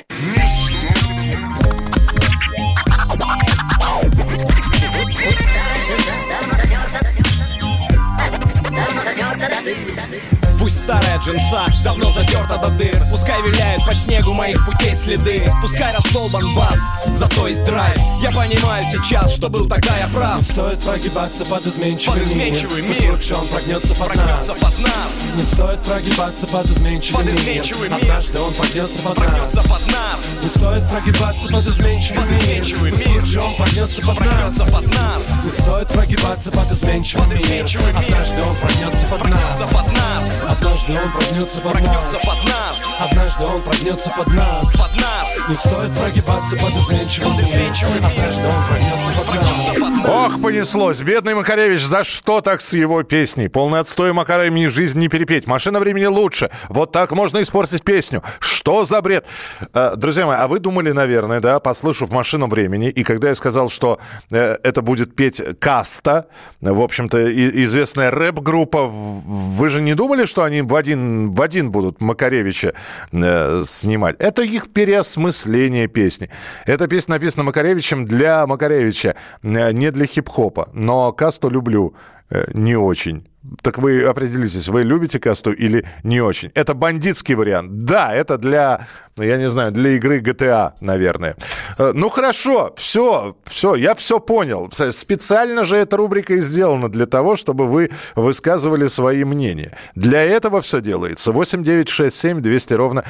Пусть старая джинса давно затерта до дыр. Пускай виляют по снегу моих путей следы. Пускай раздолбан бас, зато есть драйв. Я понимаю сейчас, что был тогда я прав. Не стоит прогибаться под изменчивый мир. Пусть лучше он прогнется под нас. Не стоит прогибаться под изменчивый мир. Однажды он прогнется под нас. Не стоит прогибаться под изменчивый мир. Пусть лучше он прогнется под нас. Не стоит прогибаться под изменчивый мир. Однажды он прогнется под нас. Однажды он прогнется под нас. Однажды он прогнется под нас. Не стоит прогибаться под изменчивым миром. Однажды он прогнется под нас. Ох, понеслось. Бедный Макаревич, за что так с его песней? Полный отстой, Макара, им жизнь не перепеть. «Машина времени» лучше. Вот так можно испортить песню. Что за бред? Друзья мои, а вы думали, наверное, да, послушав «Машину времени», и когда я сказал, что это будет петь «Каста», в общем-то, известная рэп-группа, вы же не думали, что они в один будут Макаревича снимать? Это их переосмысление песни. Эта песня написана Макаревичем для Макаревича, не для хип-хопа. Но «Касту» люблю не очень. Так вы определитесь, вы любите «Касту» или не очень? Это бандитский вариант. Да, это для, я не знаю, для игры GTA, наверное. Ну, хорошо, все, я все понял. Специально же эта рубрика и сделана для того, чтобы вы высказывали свои мнения. Для этого все делается. 8967 200 ровно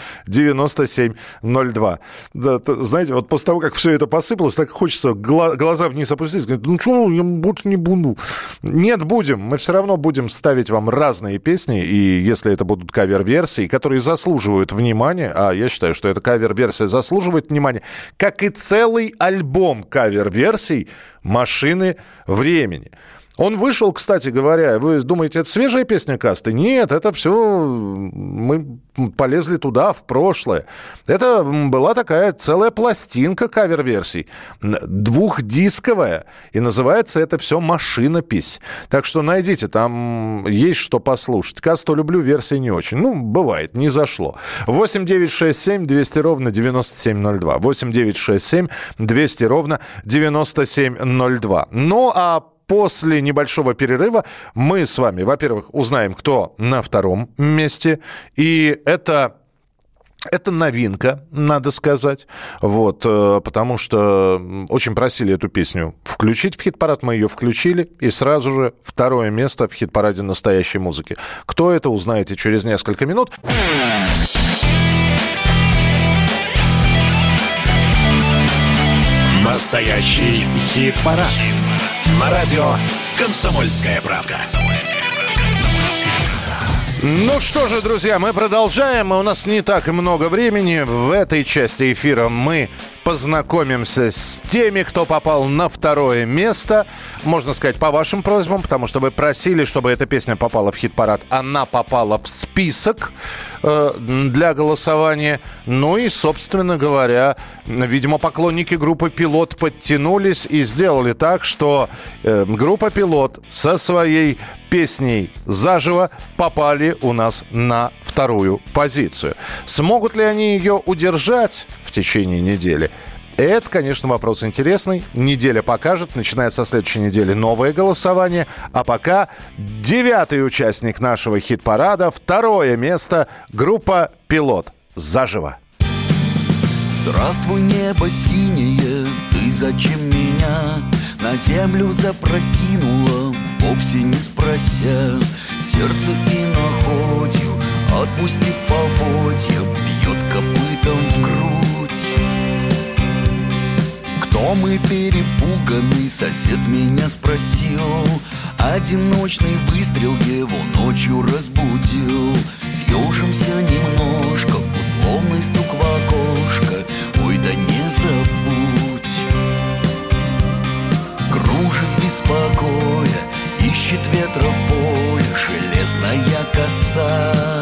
9702. Да, знаете, вот после того, как все это посыпалось, так хочется глаза вниз опустить, сказать, ну что, я больше не буду. Нет, будем. Мы все равно будем ставить вам разные песни, и если это будут кавер-версии, которые заслуживают внимания, а я считаю, что эта кавер-версия заслуживает внимания, как и целый альбом кавер-версий «Машины времени». Он вышел, кстати говоря, вы думаете, это свежая песня «Касты»? Нет, это все, мы полезли туда, в прошлое. Это была такая целая пластинка кавер-версий, двухдисковая, и называется это все «Машинопись». Так что найдите, там есть что послушать. «Касту» люблю, версии не очень. Ну, бывает, не зашло. 8967 200 ровно 9702. 8967 200 ровно 9702. Ну, а после небольшого перерыва мы с вами, во-первых, узнаем, кто на втором месте. И это Это новинка, надо сказать, вот, потому что очень просили эту песню включить в хит-парад, мы ее включили, и сразу же второе место в хит-параде настоящей музыки. Кто это, узнаете через несколько минут. Настоящий хит-парад. На радио «Комсомольская правда». Ну что же, друзья, мы продолжаем. У нас не так много времени. В этой части эфира мы познакомимся с теми, кто попал на второе место. Можно сказать, по вашим просьбам, потому что вы просили, чтобы эта песня попала в хит-парад. Она попала в список для голосования. Ну и, собственно говоря, видимо, поклонники группы «Пилот» подтянулись и сделали так, что группа «Пилот» со своей песней «Заживо» попали у нас на вторую позицию. Смогут ли они ее удержать в течение недели? Это, конечно, вопрос интересный. Неделя покажет. Начиная со следующей недели новое голосование. А пока 9-й участник нашего хит-парада. Второе место. Группа «Пилот». «Заживо». Здравствуй, небо синее, ты зачем меня на землю запрокинула, вовсе не спрося? Сердце и находью, отпусти поводья, бьет копытом в грудь. Кто мы, перепуганный сосед меня спросил, одиночный выстрел его ночью разбудил. Съежимся немножко, условный стук в окошко, ой, да не забудь. Кружит беспокоя, ищет ветра в поле железная коса.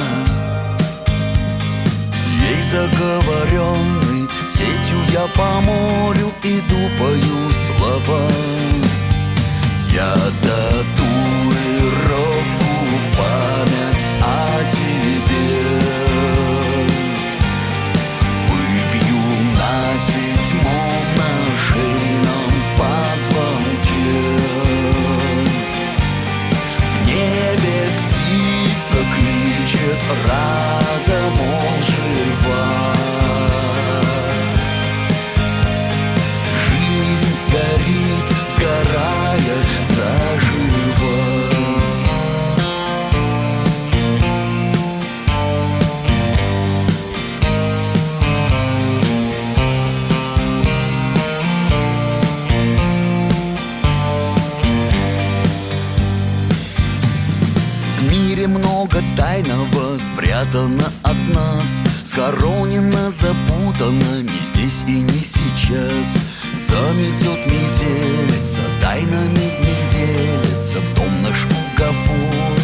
Ей заговоренный сетью я по морю иду, пою слова. Я татуировку в память о тебе выбью на 7-м на шейном позвонке. В небе птица кличет, рада, мол, жива. Жизнь горит, сгорая заживо. В мире много тайного спрятано от нас, схоронено, запутано не здесь и не сейчас. Заметет метелица, тайнами не делится, в том наш уговор.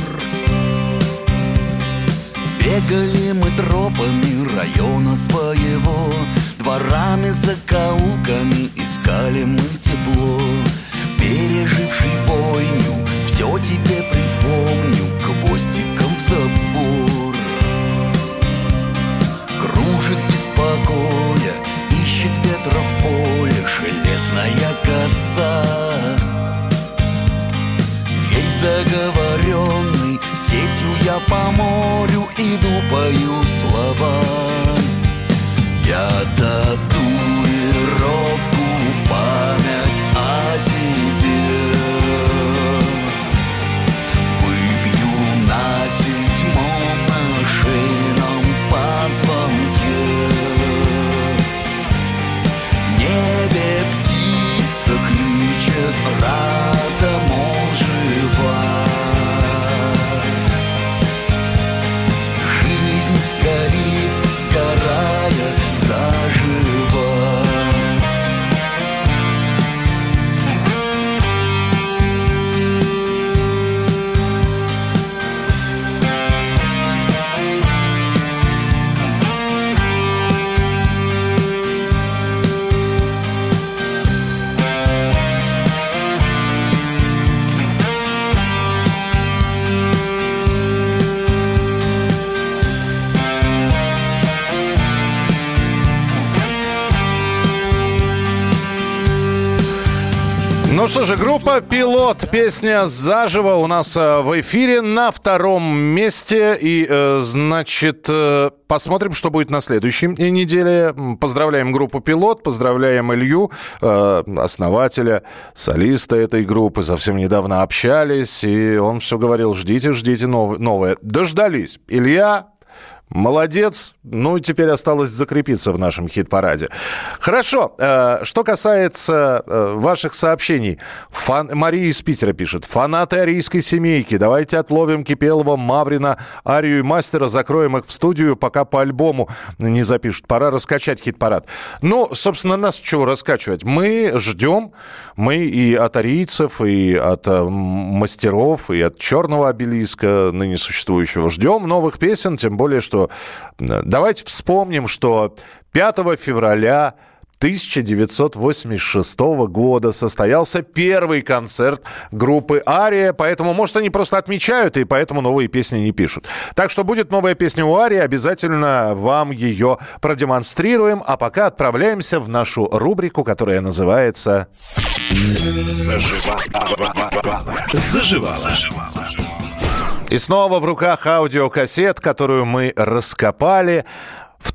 Бегали мы тропами района своего, дворами, закоулками искали мы тепло. Переживший бойню, все тебе припомню, гвоздиком в забор. Кружит беспокоя, ищет ветра в поле железная коса. Ей заговоренный сетью я по морю иду, пою слова. Я татуировку в память о тебе выбью на 7-м на шейном позвонке. В небе птица кличет, рада, мол, жива. Жизнь горит, сгорая заживо. Ну что же, группа «Пилот», песня «Заживо» у нас в эфире на втором месте. И, значит, посмотрим, что будет на следующей неделе. Поздравляем группу «Пилот», поздравляем Илью, основателя, солиста этой группы. Совсем недавно общались, и он все говорил: ждите, ждите новое. Дождались. Илья... Молодец. Ну, теперь осталось закрепиться в нашем хит-параде. Хорошо. Что касается ваших сообщений. Мария из Питера пишет. Фанаты арийской семейки. Давайте отловим Кипелова, Маврина, Арию и Мастера. Закроем их в студию, пока по альбому не запишут. Пора раскачать хит-парад. Ну, собственно, нас чего раскачивать? Мы ждем. Мы и от арийцев, и от мастеров, и от черного обелиска, ныне существующего, ждем новых песен. Тем более, что давайте вспомним, что 5 февраля 1986 года состоялся первый концерт группы «Ария», поэтому, может, они просто отмечают, и поэтому новые песни не пишут. Так что будет новая песня у «Арии», обязательно вам ее продемонстрируем, а пока отправляемся в нашу рубрику, которая называется «Заживало». И снова в руках аудиокассет, которую мы раскопали. В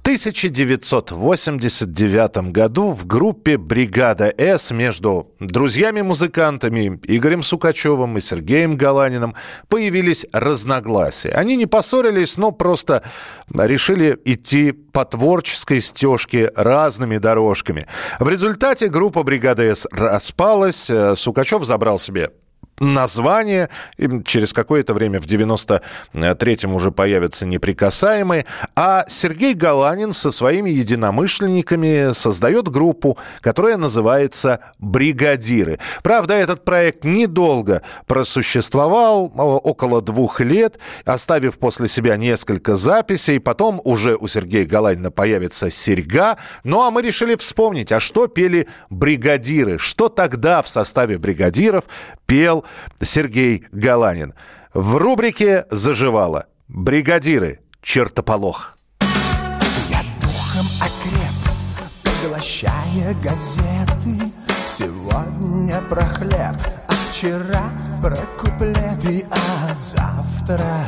1989 году в группе «Бригада С» между друзьями-музыкантами Игорем Сукачевым и Сергеем Галаниным появились разногласия. Они не поссорились, но просто решили идти по творческой стежке разными дорожками. В результате группа «Бригада С» распалась, Сукачев забрал себе название. И через какое-то время, в 93-м, уже появятся «Неприкасаемые». А Сергей Галанин со своими единомышленниками создает группу, которая называется «Бригадиры». Правда, этот проект недолго просуществовал, около 2 лет, оставив после себя несколько записей. Потом уже у Сергея Галанина появится «Серьга». Ну, а мы решили вспомнить, а что пели бригадиры? Что тогда в составе бригадиров пел Сергей Галанин? В рубрике «Заживало». Бригадиры. Чертополох. Я духом окреп, поглощая газеты. Сегодня про хлеб, а вчера про куплеты, а завтра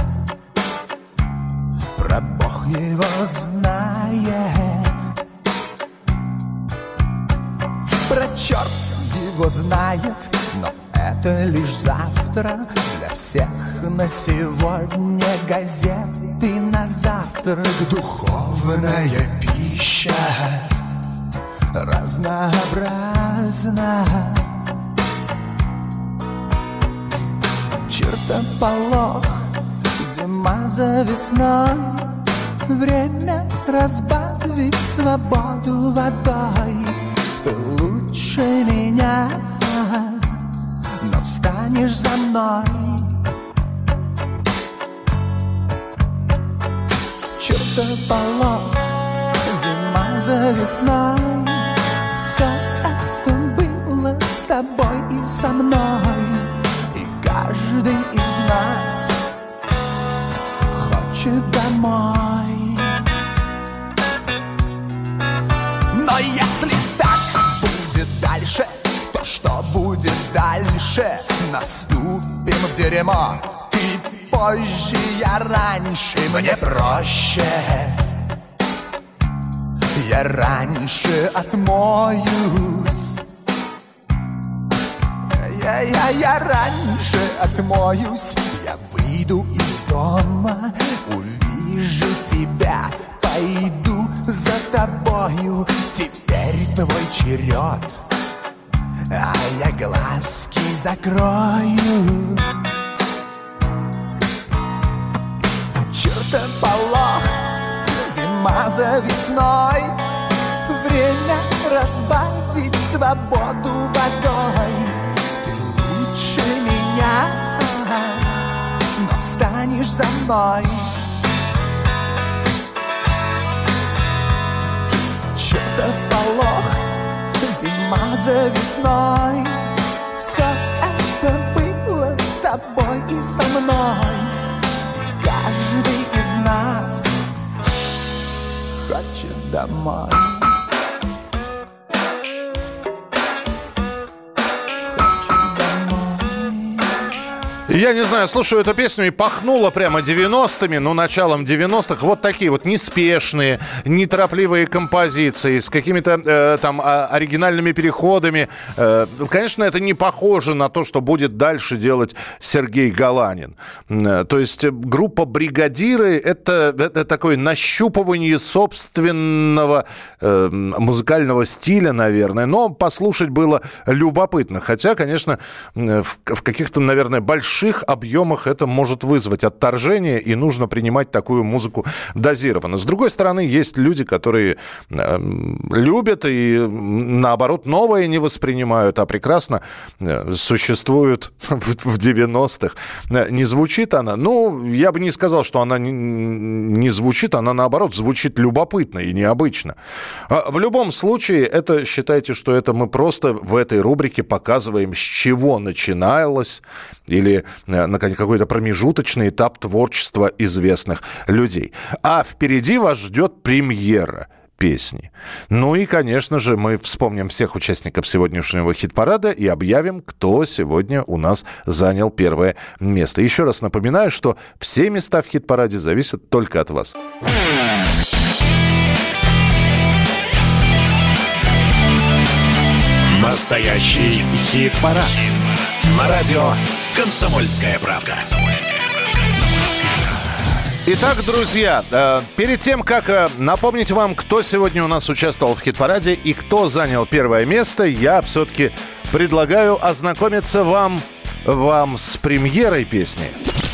про Бог его знает. Про черт его знает, но это лишь завтра. Для всех на сегодня газеты, на завтрак духовная пища разнообразна. Чертополох, зима за весной, время разбавить свободу водой. Ты лучше меня, но встанешь за мной. Чертополох, зима за весной, все это было с тобой и со мной. И каждый из нас хочет домой. Но если так будет дальше, то что будет дальше? Наступим в дерьмо. Ты позже, я раньше, мне проще. Я раньше отмоюсь. Я раньше отмоюсь. Я выйду из дома, увижу тебя, пойду за тобою. Теперь твой черед, а я глазки закрою. Чертополох, зима за весной, время разбавить свободу водой. Ты лучше меня, но встанешь за мной. Чертополох, зима за весной, все это было с тобой и со мной. И каждый из нас хочет домой. Я не знаю, слушаю эту песню и пахнуло прямо 90-ми, ну, началом 90-х. Вот такие вот неспешные, неторопливые композиции с какими-то там оригинальными переходами. Конечно, это не похоже на то, что будет дальше делать Сергей Галанин. То есть группа «Бригадиры» — это такое нащупывание собственного музыкального стиля, наверное. Но послушать было любопытно. Хотя, конечно, в каких-то, наверное, больших объемах это может вызвать отторжение, и нужно принимать такую музыку дозированно. С другой стороны, есть люди, которые любят и, наоборот, новое не воспринимают, а прекрасно существуют в 90-х. Не звучит она? Ну, я бы не сказал, что она не звучит, она, наоборот, звучит любопытно и необычно. В любом случае, это, считайте, что это мы просто в этой рубрике показываем, с чего начиналось, или на какой-то промежуточный этап творчества известных людей. А впереди вас ждет премьера песни. Ну и, конечно же, мы вспомним всех участников сегодняшнего хит-парада и объявим, кто сегодня у нас занял первое место. Еще раз напоминаю, что все места в хит-параде зависят только от вас. Настоящий хит-парад. На радио «Комсомольская правда». Итак, друзья, перед тем, как напомнить вам, кто сегодня у нас участвовал в хит-параде и кто занял первое место, я все-таки предлагаю ознакомиться вам с премьерой песни.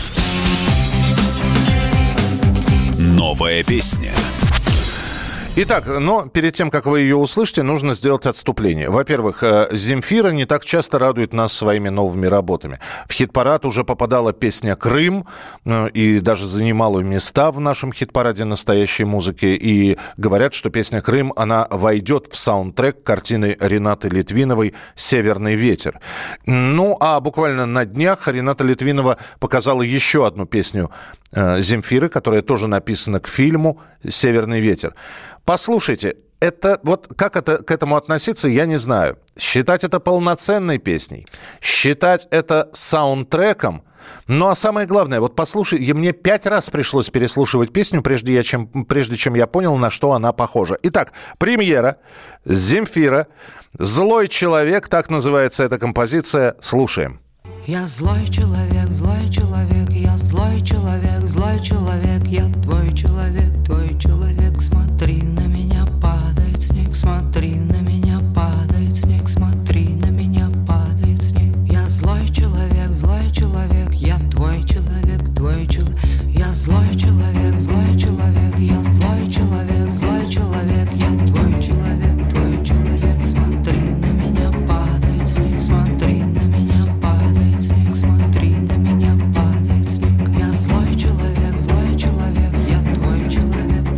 Новая песня. Итак, но перед тем, как вы ее услышите, нужно сделать отступление. Во-первых, Земфира не так часто радует нас своими новыми работами. В хит-парад уже попадала песня «Крым» и даже занимала места в нашем хит-параде настоящей музыки. И говорят, что песня «Крым», она войдет в саундтрек картины Ренаты Литвиновой «Северный ветер». Ну, а буквально на днях Рената Литвинова показала еще одну песню Земфиры, которая тоже написана к фильму «Северный ветер». Послушайте, это вот как к этому относиться, я не знаю. Считать это полноценной песней, считать это саундтреком. Ну, а самое главное, вот послушай, мне 5 раз пришлось переслушивать песню, прежде чем я понял, на что она похожа. Итак, премьера, Земфира, «Злой человек», так называется эта композиция. Слушаем. Я злой человек, я злой человек, я твой человек, смотри на меня, падает снег, смотри на меня, падает снег, смотри на меня, падает снег. Я злой человек, я твой человек, я злой человек, я злой человек, я твой человек, смотри на меня, падает снег, смотри на меня, падает снег, смотри на меня, падает снег. Я злой человек, я твой человек,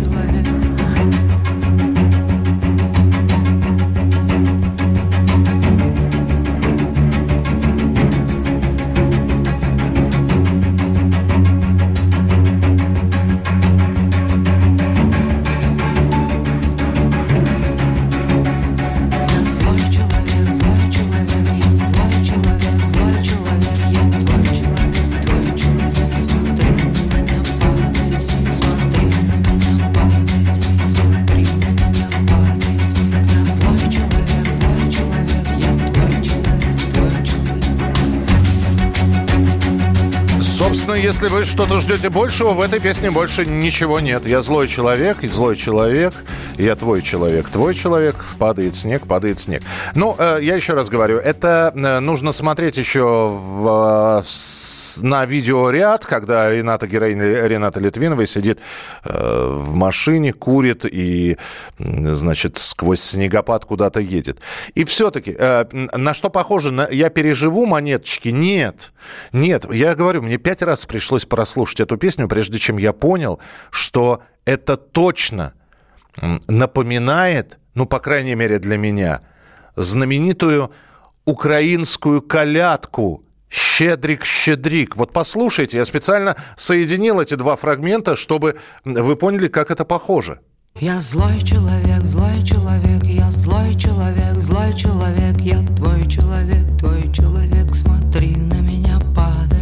Собственно, если вы что-то ждете большего, в этой песне больше ничего нет. Я злой человек, я твой человек, падает снег, падает снег. Ну, я еще раз говорю, это нужно смотреть еще на видеоряд, когда героиня Ренаты Литвиновой сидит в машине, курит и, значит, сквозь снегопад куда-то едет. И все-таки, на что похоже? Я переживу монеточки? Нет, я говорю, мне 5 раз пришлось прослушать эту песню, прежде чем я понял, что это точно напоминает, ну, по крайней мере для меня, знаменитую украинскую колядку «Щедрик, щедрик». Вот послушайте, я специально соединил эти два фрагмента, чтобы вы поняли, как это похоже. Я злой человек, я злой человек, я твой человек, смотри на меня, падай.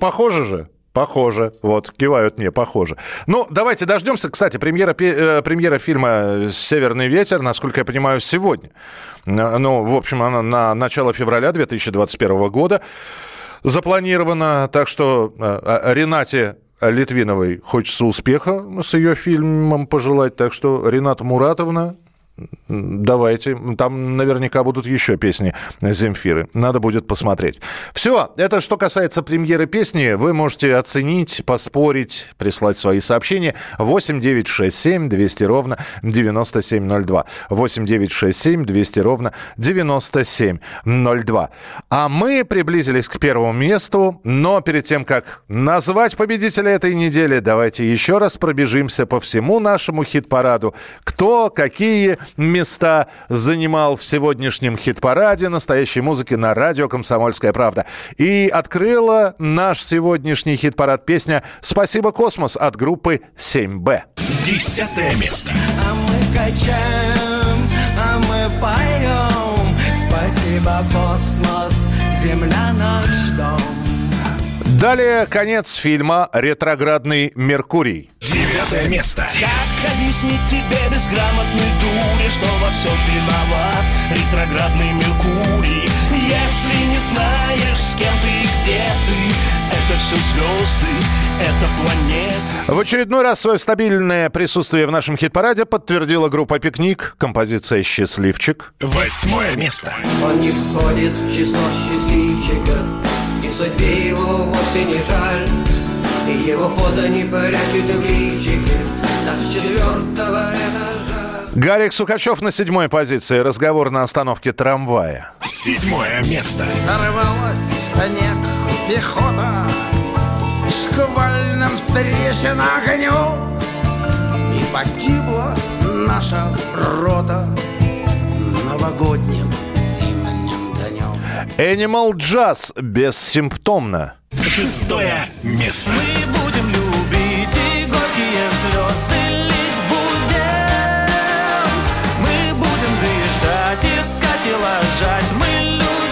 похоже же. Похоже. Вот, кивают мне, похоже. Ну, давайте дождемся. Кстати, премьера фильма «Северный ветер», насколько я понимаю, сегодня. Ну, в общем, она на начало февраля 2021 года запланирована. Так что Ренате Литвиновой хочется успеха с ее фильмом пожелать. Так что, Рената Муратовна, давайте. Там наверняка будут еще песни Земфиры. Надо будет посмотреть. Все. Это что касается премьеры песни. Вы можете оценить, поспорить, прислать свои сообщения. 8 9 6 7 200 ровно 9702. 8 9 6 7 200 ровно 9702. А мы приблизились к первому месту. Но перед тем, как назвать победителя этой недели, давайте еще раз пробежимся по всему нашему хит-параду. Кто, какие места занимал в сегодняшнем хит-параде настоящей музыки на радио «Комсомольская правда». И открыла наш сегодняшний хит-парад песня «Спасибо, космос» от группы 7Б. 10-е место. А мы качаем, а мы поем. Спасибо, космос, Земля наш дом. Далее конец фильма «Ретроградный Меркурий». 9-е место. Как объяснить тебе безграмотной дуре, что во всем виноват ретроградный Меркурий? Если не знаешь, с кем ты и где ты, это все звезды, это планеты. В очередной раз свое стабильное присутствие в нашем хит-параде подтвердила группа «Пикник», композиция «Счастливчик». 8-е место. Он не входит в число счастливчиков, и судьбе его вовсе не жаль, и его фото не прячет в личике, так с 4-го этажа. Гарик Сукачев на 7-й позиции. Разговор на остановке трамвая. 7-е место. Сорвалась в снег пехота, шквальным встречен огню, и погибла наша рота новогодним зимним днем. Animal Jazz бессимптомно. 6-е место. Мы будем любить и горькие слезы лить будем. Мы будем дышать, искать и ложать. Мы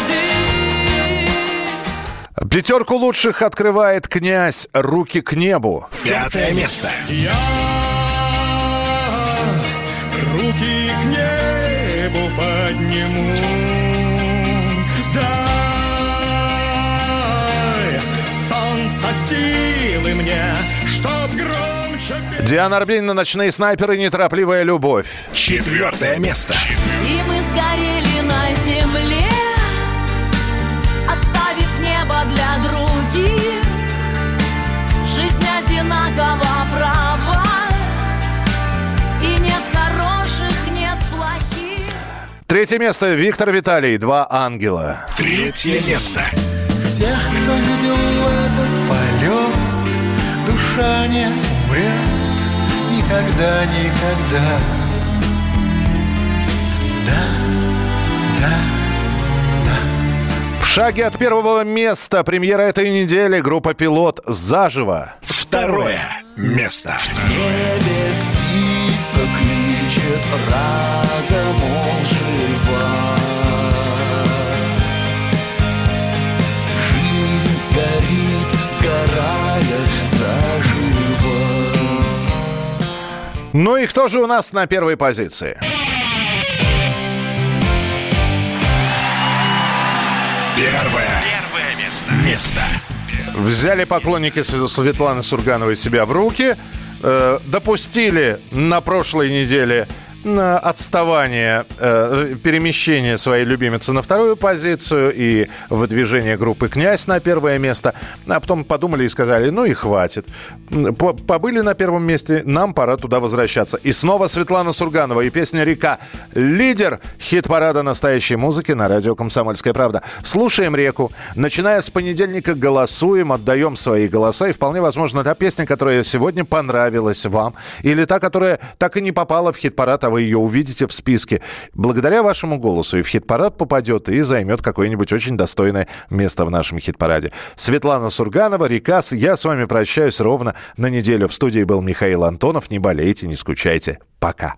люди. Пятерку лучших открывает «Князь. Руки к небу». 5-е место. Я руки к небу подниму. Дай солнца силы мне, чтоб громче... Диана Арбенина, «Ночные снайперы», «Неторопливая любовь». 4-е место. И мы сгорели на земле, оставив небо для других. Жизнь одинаково права, и нет хороших, нет плохих. 3-е место. Виктор Виталий, «Два ангела». 3-е место. В тех, кто видел этот полет, душа не умрет никогда, никогда. В шаге от первого места премьера этой недели группа «Пилот» «Заживо». 2-е место. В небе птица кличет, рада, мол, жива. Жизнь горит, сгорая заживо. Ну и кто же у нас на первой позиции? Первое место. Взяли поклонники Светланы Сургановой себя в руки, допустили на прошлой неделе отставание, перемещение своей любимицы на 2-ю позицию и выдвижение группы «Князь» на 1-е место. А потом подумали и сказали, ну и хватит. Побыли на 1-м месте, нам пора туда возвращаться. И снова Светлана Сурганова и песня «Река». Лидер хит-парада настоящей музыки на радио «Комсомольская правда». Слушаем «Реку». Начиная с понедельника голосуем, отдаем свои голоса. И вполне возможно, та песня, которая сегодня понравилась вам, или та, которая так и не попала в хит-парад, вы ее увидите в списке. Благодаря вашему голосу и в хит-парад попадет, и займет какое-нибудь очень достойное место в нашем хит-параде. Светлана Сурганова, «Река». Я с вами прощаюсь ровно на неделю. В студии был Михаил Антонов. Не болейте, не скучайте. Пока.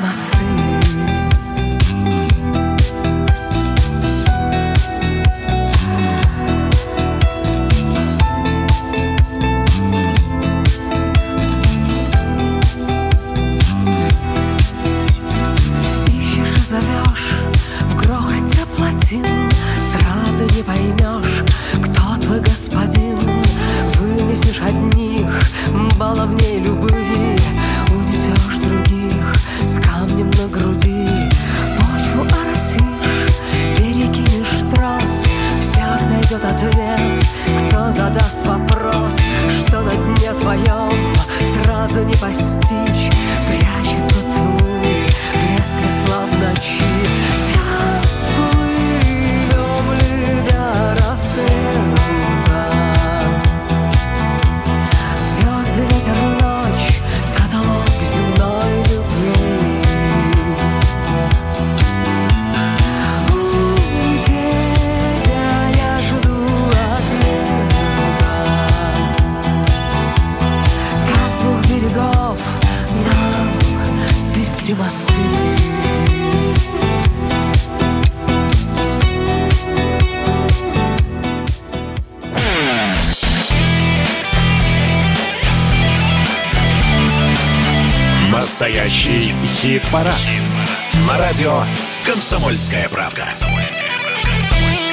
мосты. Ищешь и зовешь в грохоте плотин, сразу не поймешь, кто твой господин. Вынесешь одних баловней любви, унесешь других с камнем на груди. Почву оросишь, перекинешь трос, всяк найдет ответ, кто задаст вопрос. Что на дне твоем сразу не постичь, прячет поцелуй блеск весла в ночи. Как плывем ли до рассвета, звезды, ветер, ночь, каталог земной любви. У тебя я жду ответа, как двух берегов нам свести мосты. Настоящий хит-парад. На радио «Комсомольская правда».